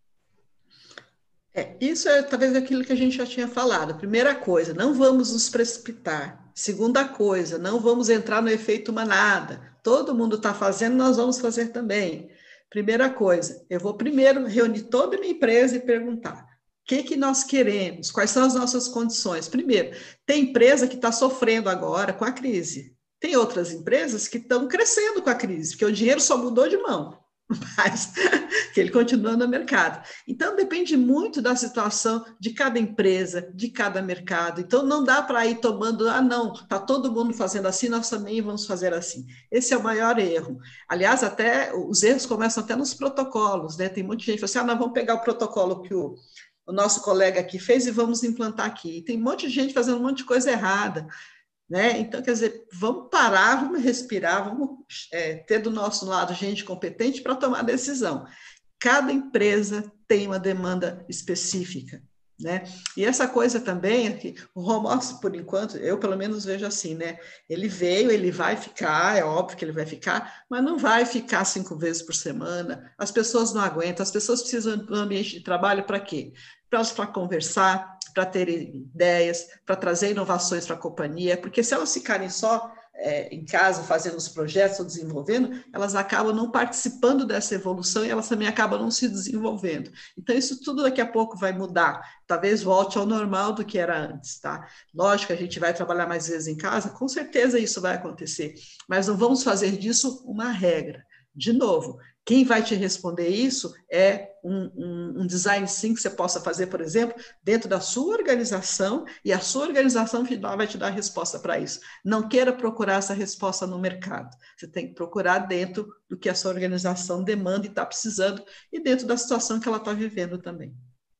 É, isso é talvez aquilo que a gente já tinha falado. Primeira coisa, não vamos nos precipitar. Segunda coisa, não vamos entrar no efeito manada. Todo mundo está fazendo, nós vamos fazer também. Primeira coisa, eu vou primeiro reunir toda a minha empresa e perguntar: o que, que nós queremos? Quais são as nossas condições? Primeiro, tem empresa que está sofrendo agora com a crise. Tem outras empresas que estão crescendo com a crise, porque o dinheiro só mudou de mão, mas que ele continua no mercado. Então, depende muito da situação de cada empresa, de cada mercado. Então, não dá para ir tomando, ah, não, está todo mundo fazendo assim, nós também vamos fazer assim. Esse é o maior erro. Aliás, até os erros começam até nos protocolos, né? Tem muita gente que fala assim, ah, nós vamos pegar o protocolo que o, o nosso colega aqui fez e vamos implantar aqui. E tem um monte de gente fazendo um monte de coisa errada. Né? Então, quer dizer, vamos parar, vamos respirar, vamos é, ter do nosso lado gente competente para tomar decisão. Cada empresa tem uma demanda específica. Né? E essa coisa também, é que o home office, por enquanto, eu pelo menos vejo assim, né? Ele veio, ele vai ficar, é óbvio que ele vai ficar, mas não vai ficar cinco vezes por semana. As pessoas não aguentam, as pessoas precisam do ambiente de trabalho para quê? Para conversar, para terem ideias, para trazer inovações para a companhia, porque se elas ficarem só é, em casa fazendo os projetos ou desenvolvendo, elas acabam não participando dessa evolução e elas também acabam não se desenvolvendo. Então, isso tudo daqui a pouco vai mudar. Talvez volte ao normal do que era antes, tá? Lógico que a gente vai trabalhar mais vezes em casa, com certeza isso vai acontecer, mas não vamos fazer disso uma regra. De novo, quem vai te responder isso é um, um, um design sim que você possa fazer, por exemplo, dentro da sua organização, e a sua organização vai te dar a resposta para isso. Não queira procurar essa resposta no mercado. Você tem que procurar dentro do que a sua organização demanda e está precisando, e dentro da situação que ela está vivendo também.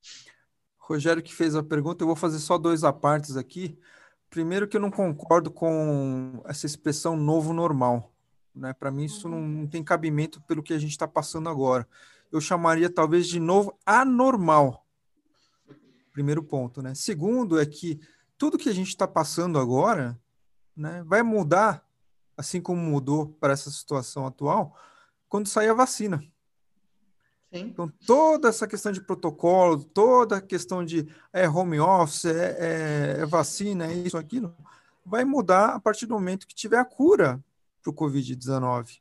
Rogério que fez a pergunta, eu vou fazer só dois apartes aqui. Primeiro que eu não concordo com essa expressão novo normal, né? Para mim isso não, não tem cabimento pelo que a gente está passando agora. Eu chamaria talvez de novo anormal. Primeiro ponto, né? Segundo é que tudo que a gente está passando agora, né, vai mudar, assim como mudou para essa situação atual, quando sair a vacina. Sim. Então, toda essa questão de protocolo, toda a questão de é, home office, é, é, é vacina, é isso, aquilo, vai mudar a partir do momento que tiver a cura para o covid dezenove.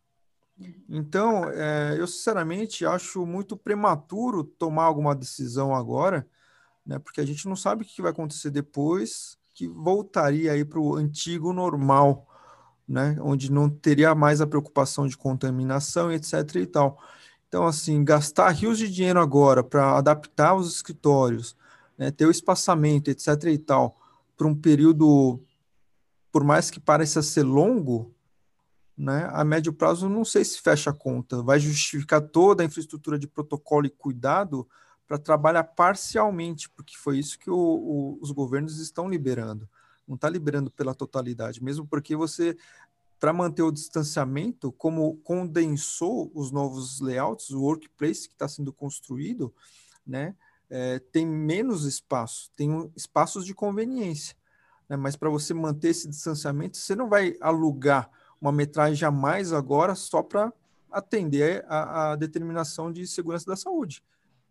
Então, é, eu sinceramente acho muito prematuro tomar alguma decisão agora, né, porque a gente não sabe o que vai acontecer depois, que voltaria aí para o antigo normal, né, onde não teria mais a preocupação de contaminação, etc e tal. Então, assim, gastar rios de dinheiro agora para adaptar os escritórios, né, ter o espaçamento, etc e tal, por um período, por mais que pareça ser longo, né, a médio prazo não sei se fecha a conta. Vai justificar toda a infraestrutura de protocolo e cuidado para trabalhar parcialmente, porque foi isso que o, o, os governos estão liberando. Não está liberando pela totalidade, mesmo porque você, para manter o distanciamento, como condensou os novos layouts, o workplace que está sendo construído, né, é, tem menos espaço, tem um, espaços de conveniência, né, mas para você manter esse distanciamento, você não vai alugar uma metragem a mais agora só para atender a, a determinação de segurança da saúde.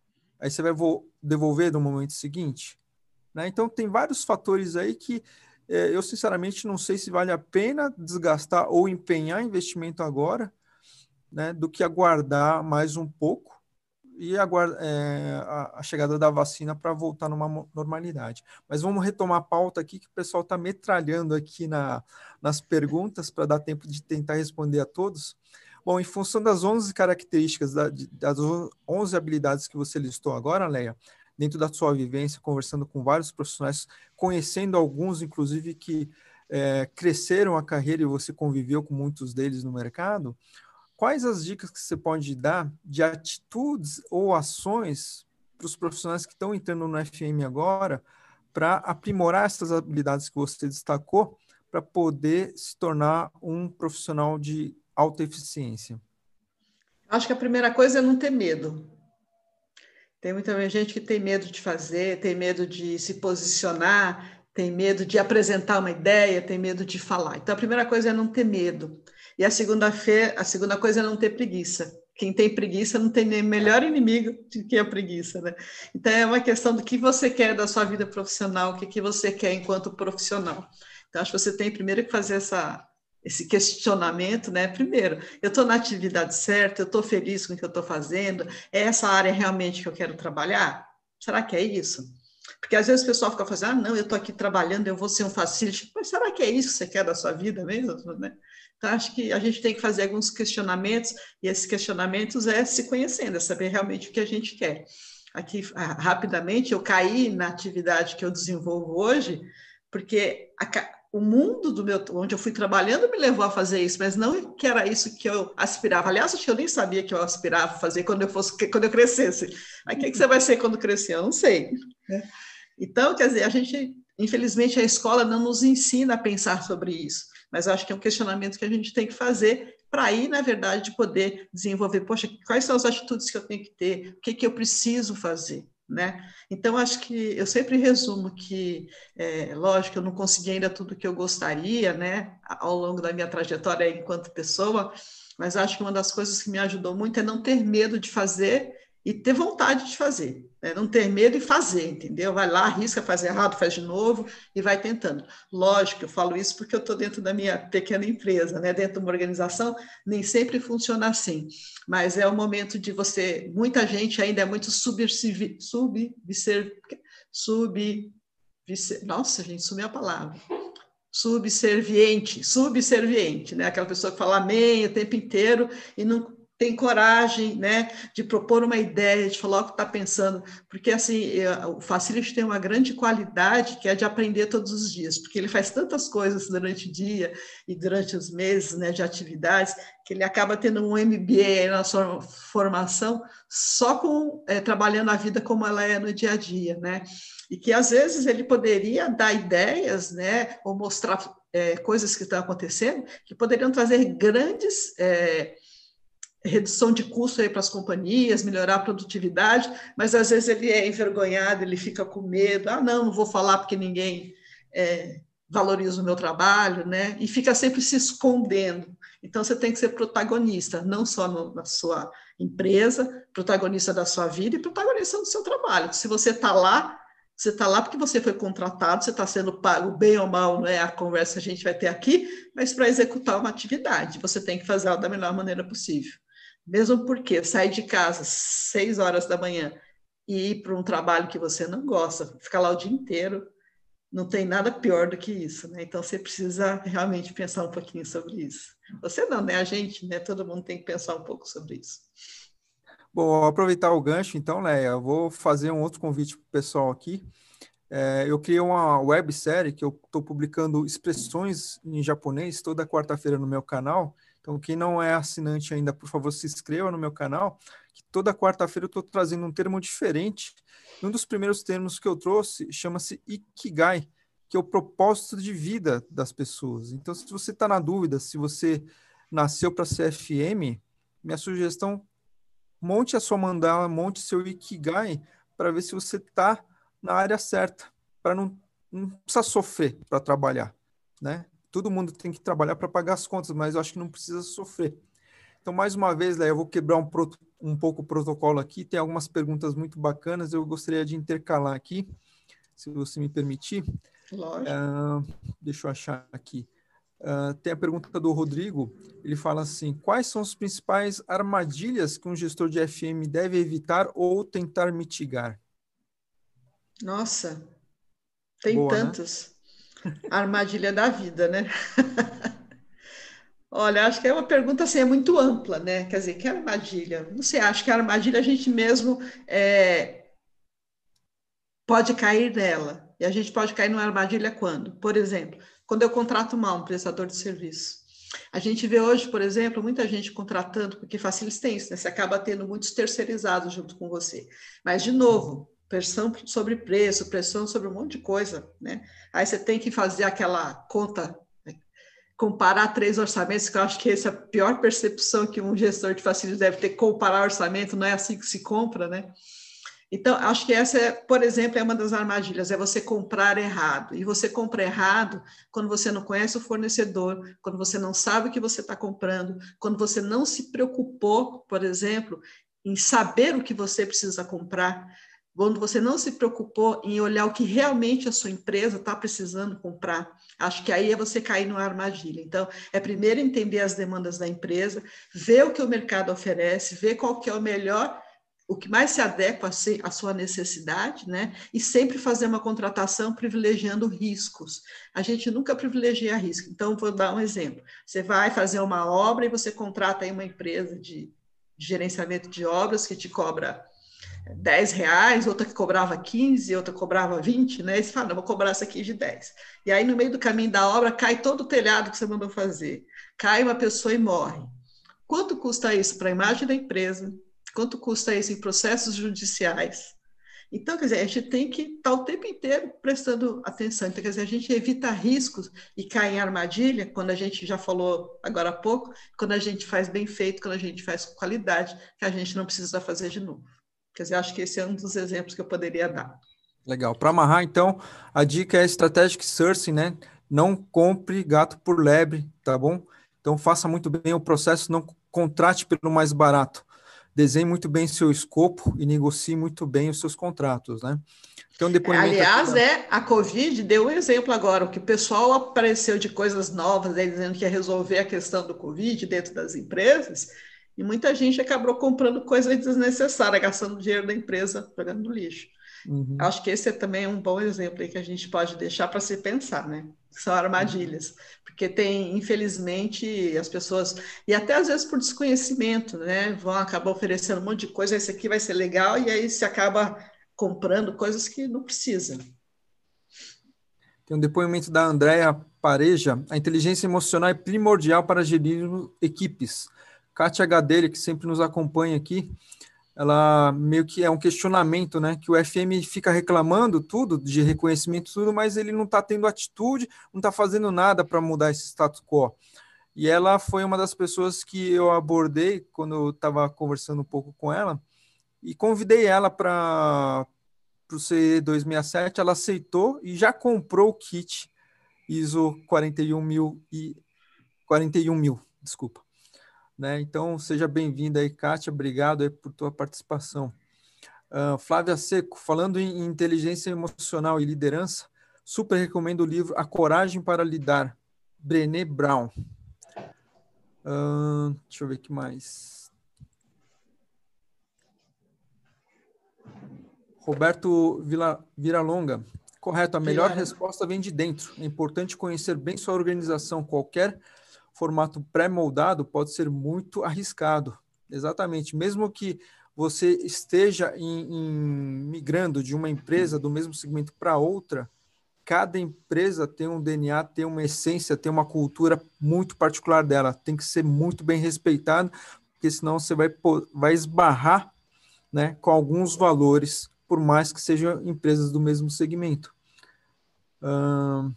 Aí você vai devolver no momento seguinte, né? Então tem vários fatores aí que eh, eu sinceramente não sei se vale a pena desgastar ou empenhar investimento agora, né, do que aguardar mais um pouco e aguarda, é, a, a chegada da vacina para voltar numa normalidade. Mas vamos retomar a pauta aqui, que o pessoal está metralhando aqui na, nas perguntas para dar tempo de tentar responder a todos. Bom, em função das onze características, da, de, das onze habilidades que você listou agora, Leia, dentro da sua vivência, conversando com vários profissionais, conhecendo alguns, inclusive, que é, cresceram a carreira e você conviveu com muitos deles no mercado, quais as dicas que você pode dar de atitudes ou ações para os profissionais que estão entrando no F M agora para aprimorar essas habilidades que você destacou para poder se tornar um profissional de alta eficiência? Acho que a primeira coisa é não ter medo. Tem muita gente que tem medo de fazer, tem medo de se posicionar, tem medo de apresentar uma ideia, tem medo de falar. Então, a primeira coisa é não ter medo. E a segunda, fe... a segunda coisa é não ter preguiça. Quem tem preguiça não tem nem melhor inimigo do que a preguiça, né? Então, é uma questão do que você quer da sua vida profissional, o que, que você quer enquanto profissional. Então, acho que você tem primeiro que fazer essa, esse questionamento, né? Primeiro, eu estou na atividade certa, eu estou feliz com o que eu estou fazendo, é essa área realmente que eu quero trabalhar? Será que é isso? Porque às vezes o pessoal fica fazendo, ah, não, eu estou aqui trabalhando, eu vou ser um facility, mas será que é isso que você quer da sua vida mesmo? Né? Então, acho que a gente tem que fazer alguns questionamentos, e esses questionamentos é se conhecendo, é saber realmente o que a gente quer. Aqui, rapidamente, eu caí na atividade que eu desenvolvo hoje, porque a, o mundo do meu, onde eu fui trabalhando me levou a fazer isso, mas não que era isso que eu aspirava. Aliás, acho que eu nem sabia que eu aspirava a fazer quando eu fosse, quando eu crescesse. Aí, o que, que você vai ser quando crescer? Eu não sei. Né? Então, quer dizer, a gente, infelizmente, a escola não nos ensina a pensar sobre isso, mas eu acho que é um questionamento que a gente tem que fazer para aí, na verdade, poder desenvolver, poxa, quais são as atitudes que eu tenho que ter, o que, que eu preciso fazer, né? Então, acho que eu sempre resumo que, é, lógico, eu não consegui ainda tudo que eu gostaria, né, ao longo da minha trajetória enquanto pessoa, mas acho que uma das coisas que me ajudou muito é não ter medo de fazer e ter vontade de fazer, né? Não ter medo e fazer, entendeu? Vai lá, arrisca, faz errado, faz de novo e vai tentando. Lógico, eu falo isso porque eu estou dentro da minha pequena empresa, né? Dentro de uma organização, nem sempre funciona assim, mas é o momento de você, muita gente ainda é muito subservi, sub, sub, sub, nossa, gente, sumiu a palavra. Subserviente, subserviente, né? Aquela pessoa que fala amém o tempo inteiro e não tem coragem, né, de propor uma ideia, de falar o que está pensando, porque assim, o Facility tem uma grande qualidade que é de aprender todos os dias, porque ele faz tantas coisas durante o dia e durante os meses, né, de atividades, que ele acaba tendo um M B A na sua formação só com é, trabalhando a vida como ela é no dia a dia, né, e que às vezes ele poderia dar ideias, né, ou mostrar é, coisas que estão acontecendo, que poderiam trazer grandes é, redução de custo aí para as companhias, melhorar a produtividade, mas às vezes ele é envergonhado, ele fica com medo, ah, não, não vou falar porque ninguém é, valoriza o meu trabalho, né? E fica sempre se escondendo. Então, você tem que ser protagonista, não só no, na sua empresa, protagonista da sua vida e protagonista do seu trabalho. Se você está lá, você está lá porque você foi contratado, você está sendo pago bem ou mal, não é a conversa que a gente vai ter aqui, mas para executar uma atividade, você tem que fazer ela da melhor maneira possível. Mesmo porque sair de casa às seis horas da manhã e ir para um trabalho que você não gosta, ficar lá o dia inteiro, não tem nada pior do que isso, né? Então, você precisa realmente pensar um pouquinho sobre isso. Você não, né? A gente, né? Todo mundo tem que pensar um pouco sobre isso. Bom, vou aproveitar o gancho, então, Leia, eu vou fazer um outro convite para o pessoal aqui. É, eu criei uma websérie que eu estou publicando expressões em japonês toda quarta-feira no meu canal. Então, quem não é assinante ainda, por favor, se inscreva no meu canal, que toda quarta-feira eu estou trazendo um termo diferente. E um dos primeiros termos que eu trouxe chama-se Ikigai, que é o propósito de vida das pessoas. Então, se você está na dúvida se você nasceu para ser F M, minha sugestão, monte a sua mandala, monte seu Ikigai para ver se você está na área certa, para não, não precisar sofrer para trabalhar, né? Todo mundo tem que trabalhar para pagar as contas, mas eu acho que não precisa sofrer. Então, mais uma vez, Léo, eu vou quebrar um, pro, um pouco o protocolo aqui, tem algumas perguntas muito bacanas, eu gostaria de intercalar aqui, se você me permitir. Lógico. Uh, deixa eu achar aqui. Uh, tem a pergunta do Rodrigo, ele fala assim, quais são as principais armadilhas que um gestor de F M deve evitar ou tentar mitigar? Nossa, tem Boa, né? tantas. A armadilha da vida, né? Olha, acho que é uma pergunta assim, é muito ampla, né? Quer dizer, que armadilha? Não sei, acho que a armadilha a gente mesmo é, pode cair nela. E a gente pode cair numa armadilha quando? Por exemplo, quando eu contrato mal um prestador de serviço. A gente vê hoje, por exemplo, muita gente contratando, porque facilita isso, né? Você acaba tendo muitos terceirizados junto com você. Mas, de novo, pressão sobre preço, pressão sobre um monte de coisa, né? Aí você tem que fazer aquela conta, né? Comparar três orçamentos, que eu acho que essa é a pior percepção que um gestor de facilidade deve ter, comparar orçamento, não é assim que se compra, né? Então, acho que essa, é, por exemplo, é uma das armadilhas, é você comprar errado. E você compra errado quando você não conhece o fornecedor, quando você não sabe o que você está comprando, quando você não se preocupou, por exemplo, em saber o que você precisa comprar, quando você não se preocupou em olhar o que realmente a sua empresa está precisando comprar. Acho que aí é você cair numa armadilha. Então, é primeiro entender as demandas da empresa, ver o que o mercado oferece, ver qual que é o melhor, o que mais se adequa à sua necessidade, né? E sempre fazer uma contratação privilegiando riscos. A gente nunca privilegia risco. Então, vou dar um exemplo. Você vai fazer uma obra e você contrata aí uma empresa de, de gerenciamento de obras que te cobra dez reais, outra que cobrava quinze, outra que cobrava vinte, né? E você fala, não, vou cobrar essa aqui de dez. E aí, no meio do caminho da obra, cai todo o telhado que você mandou fazer. Cai uma pessoa e morre. Quanto custa isso para a imagem da empresa? Quanto custa isso em processos judiciais? Então, quer dizer, a gente tem que estar o tempo inteiro prestando atenção. Então, quer dizer, a gente evita riscos e cai em armadilha, quando a gente já falou agora há pouco, quando a gente faz bem feito, quando a gente faz com qualidade, que a gente não precisa fazer de novo. Quer dizer, acho que esse é um dos exemplos que eu poderia dar. Legal. Para amarrar, então, a dica é strategic sourcing, né? Não compre gato por lebre, tá bom? Então, faça muito bem o processo, não contrate pelo mais barato. Desenhe muito bem seu escopo e negocie muito bem os seus contratos, né? Tem um depoimento aqui. Aliás, né, a Covid deu um exemplo agora, o que o pessoal apareceu de coisas novas, né, dizendo que ia resolver a questão do Covid dentro das empresas, e muita gente acabou comprando coisas desnecessárias, gastando dinheiro da empresa, jogando no lixo. Uhum. Acho que esse é também um bom exemplo aí que a gente pode deixar para se pensar, né? São armadilhas, porque tem, infelizmente, as pessoas, e até às vezes por desconhecimento, né? Vão acabar oferecendo um monte de coisa, esse aqui vai ser legal, e aí se acaba comprando coisas que não precisa. Tem um depoimento da Andréa Pareja. A inteligência emocional é primordial para gerir equipes. Kátia Gadelha, que sempre nos acompanha aqui, ela meio que é um questionamento, né? Que o F M fica reclamando tudo, de reconhecimento, tudo, mas ele não está tendo atitude, não está fazendo nada para mudar esse status quo. E ela foi uma das pessoas que eu abordei quando eu estava conversando um pouco com ela e convidei ela para o C E duzentos e sessenta e sete, ela aceitou e já comprou o kit I S O quarenta e um mil e quarenta e um mil, desculpa. né? Então, seja bem-vinda aí, Kátia, obrigado aí por tua participação. Uh, Flávia Seco, falando em inteligência emocional e liderança, super recomendo o livro A Coragem para Lidar, Brené Brown. Uh, deixa eu ver o que mais. Roberto Vila, Viralonga, correto, a melhor Vilara. resposta vem de dentro. É importante conhecer bem sua organização. Qualquer formato pré-moldado pode ser muito arriscado. Exatamente, mesmo que você esteja em, em, migrando de uma empresa do mesmo segmento para outra, cada empresa tem um D N A, tem uma essência, tem uma cultura muito particular dela. Tem que ser muito bem respeitado, porque senão você vai, vai esbarrar, né, com alguns valores, por mais que sejam empresas do mesmo segmento. Hum...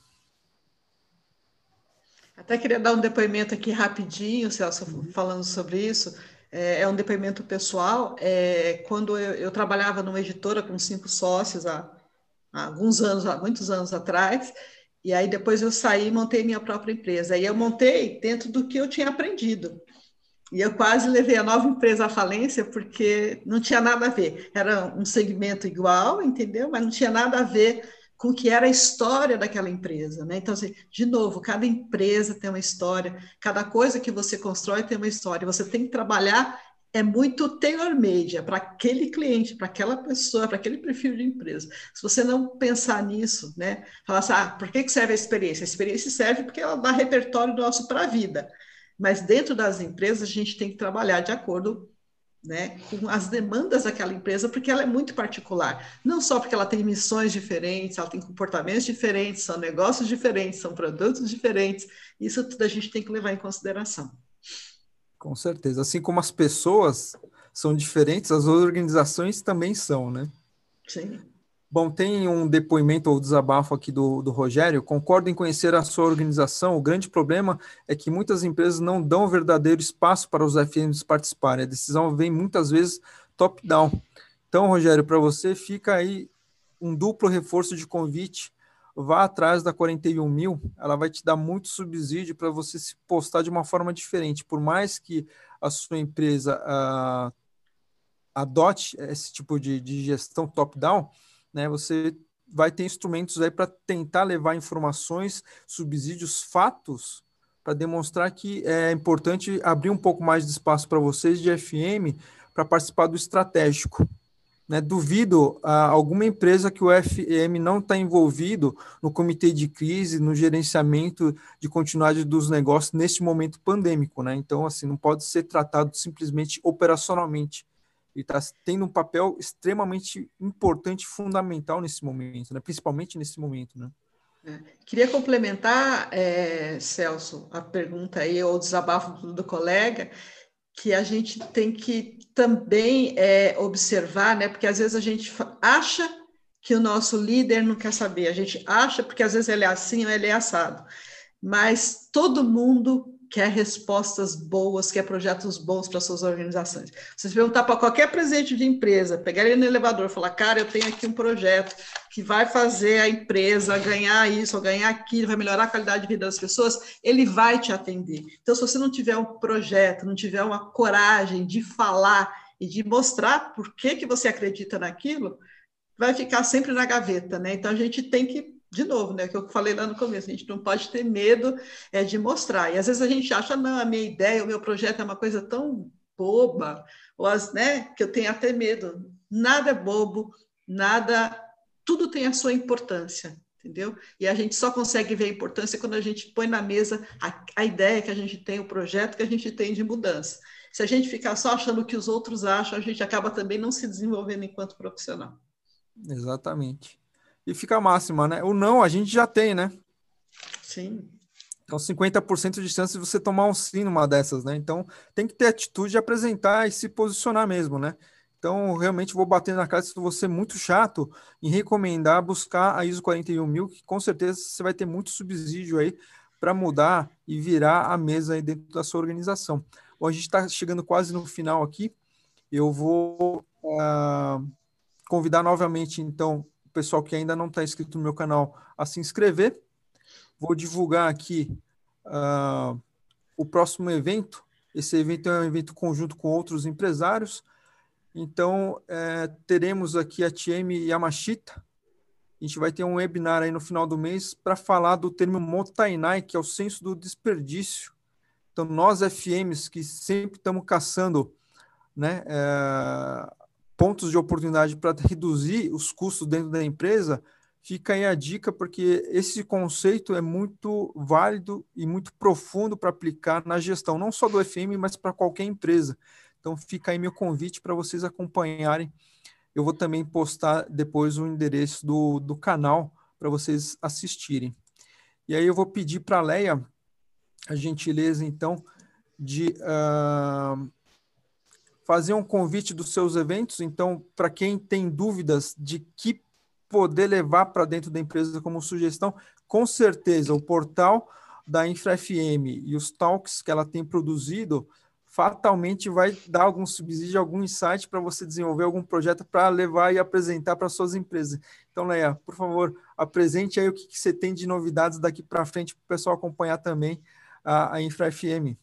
Até queria dar um depoimento aqui rapidinho, Celso, falando sobre isso. É, é um depoimento pessoal. É, quando eu, eu trabalhava numa editora com cinco sócios há, há alguns anos, há muitos anos atrás, e aí depois eu saí e montei minha própria empresa. E eu montei dentro do que eu tinha aprendido. E eu quase levei a nova empresa à falência porque não tinha nada a ver. Era um segmento igual, entendeu? Mas não tinha nada a ver com o que era a história daquela empresa, né? Então, assim, de novo, cada empresa tem uma história, cada coisa que você constrói tem uma história. Você tem que trabalhar, é muito tailor-made, é para aquele cliente, para aquela pessoa, para aquele perfil de empresa. Se você não pensar nisso, né? Falar assim, ah, por que serve a experiência? A experiência serve porque ela dá repertório nosso para a vida. Mas dentro das empresas, a gente tem que trabalhar de acordo, né, com as demandas daquela empresa, porque ela é muito particular. Não só porque ela tem missões diferentes, ela tem comportamentos diferentes, são negócios diferentes, são produtos diferentes. Isso tudo a gente tem que levar em consideração. Com certeza. Assim como as pessoas são diferentes, as organizações também são, né? Sim. Bom, tem um depoimento ou desabafo aqui do, do Rogério. Concordo em conhecer a sua organização. O grande problema é que muitas empresas não dão verdadeiro espaço para os F Ms participarem. A decisão vem muitas vezes top-down. Então, Rogério, para você fica aí um duplo reforço de convite. Vá atrás da quarenta e um mil, ela vai te dar muito subsídio para você se postar de uma forma diferente. Por mais que a sua empresa ah, adote esse tipo de, de gestão top-down, né, você vai ter instrumentos aí para tentar levar informações, subsídios, fatos, para demonstrar que é importante abrir um pouco mais de espaço para vocês de F M para participar do estratégico. Né? Duvido a alguma empresa que o F M não está envolvido no comitê de crise, no gerenciamento de continuidade dos negócios neste momento pandêmico. Né? Então, assim, não pode ser tratado simplesmente operacionalmente. Ele está tendo um papel extremamente importante e fundamental nesse momento, né? Principalmente nesse momento. Né? É. Queria complementar, é, Celso, a pergunta aí, ou o desabafo do, do colega, que a gente tem que também é, observar, né? Porque às vezes a gente acha que o nosso líder não quer saber, a gente acha porque às vezes ele é assim ou ele é assado, mas todo mundo quer respostas boas, quer projetos bons para suas organizações. Se você perguntar para qualquer presidente de empresa, pegar ele no elevador e falar, cara, eu tenho aqui um projeto que vai fazer a empresa ganhar isso, ou ganhar aquilo, vai melhorar a qualidade de vida das pessoas, ele vai te atender. Então, se você não tiver um projeto, não tiver uma coragem de falar e de mostrar por que, que você acredita naquilo, vai ficar sempre na gaveta, né? Então, a gente tem que, de novo, né, que eu falei lá no começo, a gente não pode ter medo é, de mostrar. E às vezes a gente acha, não, a minha ideia, o meu projeto é uma coisa tão boba, ou as, né, que eu tenho até medo. Nada é bobo, nada, tudo tem a sua importância, entendeu? E a gente só consegue ver a importância quando a gente põe na mesa a, a ideia que a gente tem, o projeto que a gente tem de mudança. Se a gente ficar só achando o que os outros acham, a gente acaba também não se desenvolvendo enquanto profissional. Exatamente. E fica a máxima, né? O não a gente já tem, né? Sim. Então, cinquenta por cento de chance de você tomar um sim numa dessas, né? Então, tem que ter atitude de apresentar e se posicionar mesmo, né? Então, realmente vou bater na cara se você é muito chato em recomendar buscar a ISO quarenta e um mil, que com certeza você vai ter muito subsídio aí para mudar e virar a mesa aí dentro da sua organização. Bom, a gente está chegando quase no final aqui. Eu vou uh, convidar novamente, então, o pessoal que ainda não está inscrito no meu canal a se inscrever. Vou divulgar aqui uh, o próximo evento. Esse evento é um evento conjunto com outros empresários. Então, é, teremos aqui a Tiemi Yamashita. A gente vai ter um webinar aí no final do mês para falar do termo Mottainai, que é o senso do desperdício. Então, nós F Ms que sempre estamos caçando, né, é, pontos de oportunidade para reduzir os custos dentro da empresa, fica aí a dica, porque esse conceito é muito válido e muito profundo para aplicar na gestão, não só do F M, mas para qualquer empresa. Então, fica aí meu convite para vocês acompanharem. Eu vou também postar depois o endereço do, do canal para vocês assistirem. E aí eu vou pedir para a Leia a gentileza, então, de uh, fazer um convite dos seus eventos. Então, para quem tem dúvidas de que poder levar para dentro da empresa como sugestão, com certeza o portal da Infra F M e os talks que ela tem produzido fatalmente vai dar algum subsídio, algum insight para você desenvolver algum projeto para levar e apresentar para suas empresas. Então, Leia, por favor, apresente aí o que, que você tem de novidades daqui para frente para o pessoal acompanhar também a, a Infra F M.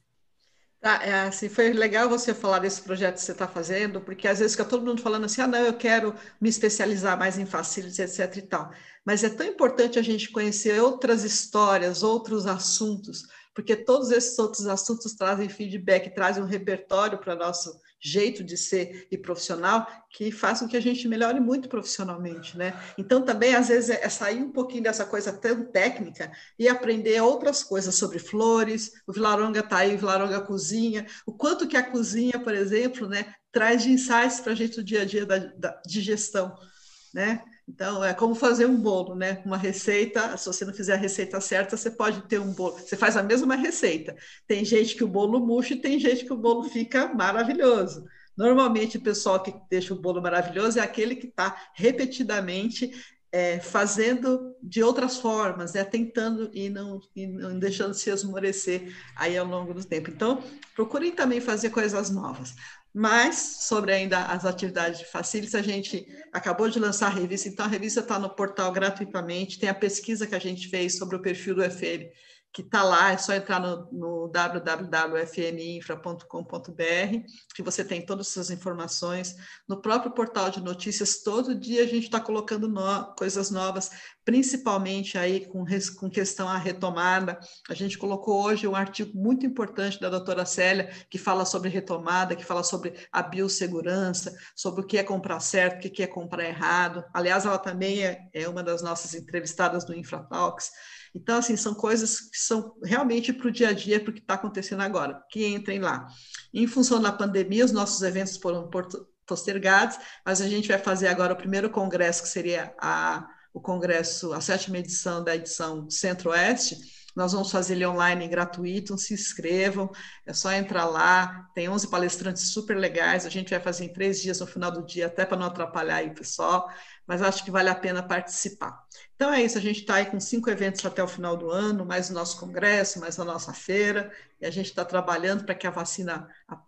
Tá, é, assim, foi legal você falar desse projeto que você está fazendo, porque às vezes fica todo mundo falando assim, ah, não, eu quero me especializar mais em facilities, etc e tal. Mas é tão importante a gente conhecer outras histórias, outros assuntos, porque todos esses outros assuntos trazem feedback, trazem um repertório para nosso jeito de ser e profissional, que faz com que a gente melhore muito profissionalmente, né? Então, também, às vezes, é sair um pouquinho dessa coisa tão técnica e aprender outras coisas sobre flores. O Vilaronga está aí, o Vilaronga Cozinha, o quanto que a cozinha, por exemplo, né, traz de insights para a gente no dia a dia da, da, de gestão, né? Então, é como fazer um bolo, né? Uma receita, se você não fizer a receita certa, você pode ter um bolo. Você faz a mesma receita. Tem gente que o bolo murcha e tem gente que o bolo fica maravilhoso. Normalmente, o pessoal que deixa o bolo maravilhoso é aquele que está repetidamente é, fazendo de outras formas, né? Tentando e não, e não deixando se esmorecer aí ao longo do tempo. Então, procurem também fazer coisas novas. Mas, sobre ainda as atividades de Facilities, a gente acabou de lançar a revista, então a revista está no portal gratuitamente, tem a pesquisa que a gente fez sobre o perfil do F M, que está lá, é só entrar no, no w w w ponto f m infra ponto com ponto b r, que você tem todas essas informações. No próprio portal de notícias, todo dia a gente está colocando no, coisas novas, principalmente aí com, com questão à retomada. A gente colocou hoje um artigo muito importante da doutora Célia, que fala sobre retomada, que fala sobre a biossegurança, sobre o que é comprar certo, o que é comprar errado. Aliás, ela também é, é uma das nossas entrevistadas do InfraTalks. Então, assim, são coisas que são realmente para o dia a dia, para o que está acontecendo agora, que entrem lá. Em função da pandemia, os nossos eventos foram postergados, mas a gente vai fazer agora o primeiro congresso, que seria a, o congresso, a sétima edição da edição Centro-Oeste. Nós vamos fazer ele online gratuito, se inscrevam, é só entrar lá, tem onze palestrantes super legais, a gente vai fazer em três dias no final do dia, até para não atrapalhar aí o pessoal, mas acho que vale a pena participar. Então é isso, a gente está aí com cinco eventos até o final do ano, mais o nosso congresso, mais a nossa feira, e a gente está trabalhando para que a vacina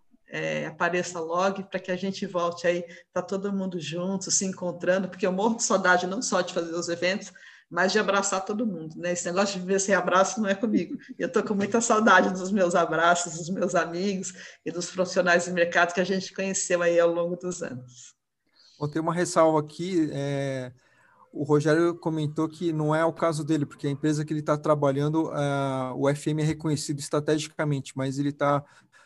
é, apareça logo, para que a gente volte aí, tá todo mundo junto, se encontrando, porque eu morro de saudade não só de fazer os eventos, mas de abraçar todo mundo, né? Esse negócio de viver sem abraço não é comigo. Eu estou com muita saudade dos meus abraços, dos meus amigos e dos profissionais de mercado que a gente conheceu aí ao longo dos anos. Vou ter uma ressalva aqui, é, o Rogério comentou que não é o caso dele, porque a empresa que ele está trabalhando, uh, o F M é reconhecido estrategicamente, mas ele está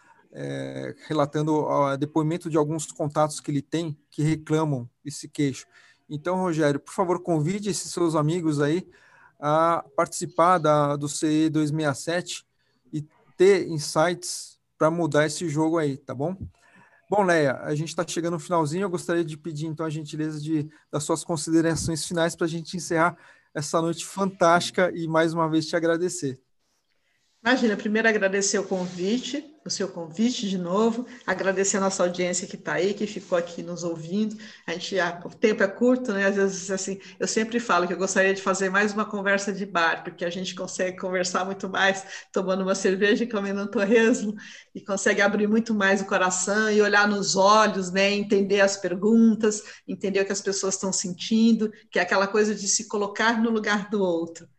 é, relatando o depoimento de alguns contatos que ele tem que reclamam e se queixam. Então, Rogério, por favor, convide esses seus amigos aí a participar da, do C E duzentos e sessenta e sete e ter insights para mudar esse jogo aí, tá bom? Bom, Leia, a gente está chegando no finalzinho, eu gostaria de pedir, então, a gentileza de, das suas considerações finais para a gente encerrar essa noite fantástica e, mais uma vez, te agradecer. Imagina, primeiro agradecer o convite, o seu convite de novo, agradecer a nossa audiência que está aí, que ficou aqui nos ouvindo. A gente, a, o tempo é curto, né? Às vezes, assim, eu sempre falo que eu gostaria de fazer mais uma conversa de bar, porque a gente consegue conversar muito mais tomando uma cerveja e comendo um torresmo, e consegue abrir muito mais o coração e olhar nos olhos, né? Entender as perguntas, entender o que as pessoas estão sentindo, que é aquela coisa de se colocar no lugar do outro.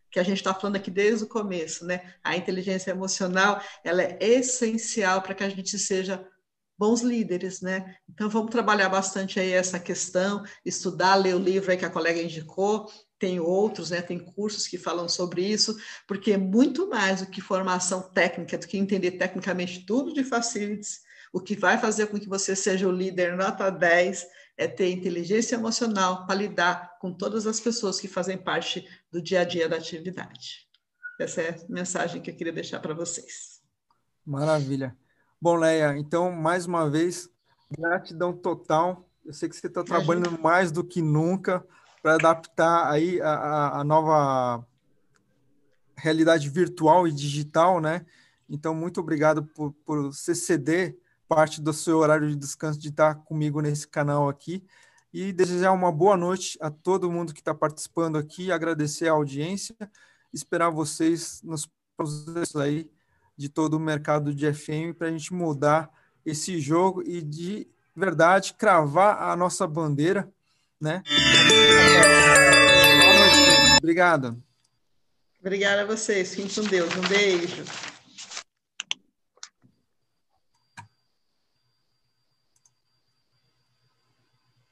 que a gente está falando aqui desde o começo, né? A inteligência emocional, ela é essencial para que a gente seja bons líderes, né? Então vamos trabalhar bastante aí essa questão, estudar, ler o livro aí que a colega indicou, tem outros, né? Tem cursos que falam sobre isso, porque é muito mais do que formação técnica, do que entender tecnicamente tudo de facilities, o que vai fazer com que você seja o líder nota dez é ter inteligência emocional para lidar com todas as pessoas que fazem parte do dia a dia da atividade. Essa é a mensagem que eu queria deixar para vocês. Maravilha. Bom, Leia, então, mais uma vez, gratidão total. Eu sei que você está Imagina. trabalhando mais do que nunca para adaptar aí a, a, a nova realidade virtual e digital, né? Então, muito obrigado por, por você ceder parte do seu horário de descanso de estar comigo nesse canal aqui e desejar uma boa noite a todo mundo que está participando aqui, agradecer a audiência, esperar vocês nos próximos aí de todo o mercado de F M para a gente mudar esse jogo e de verdade cravar a nossa bandeira, né? Boa noite, gente. Obrigado. Obrigada a vocês. Fiquem com Deus. Um beijo.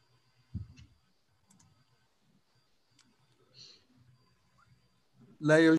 Leia,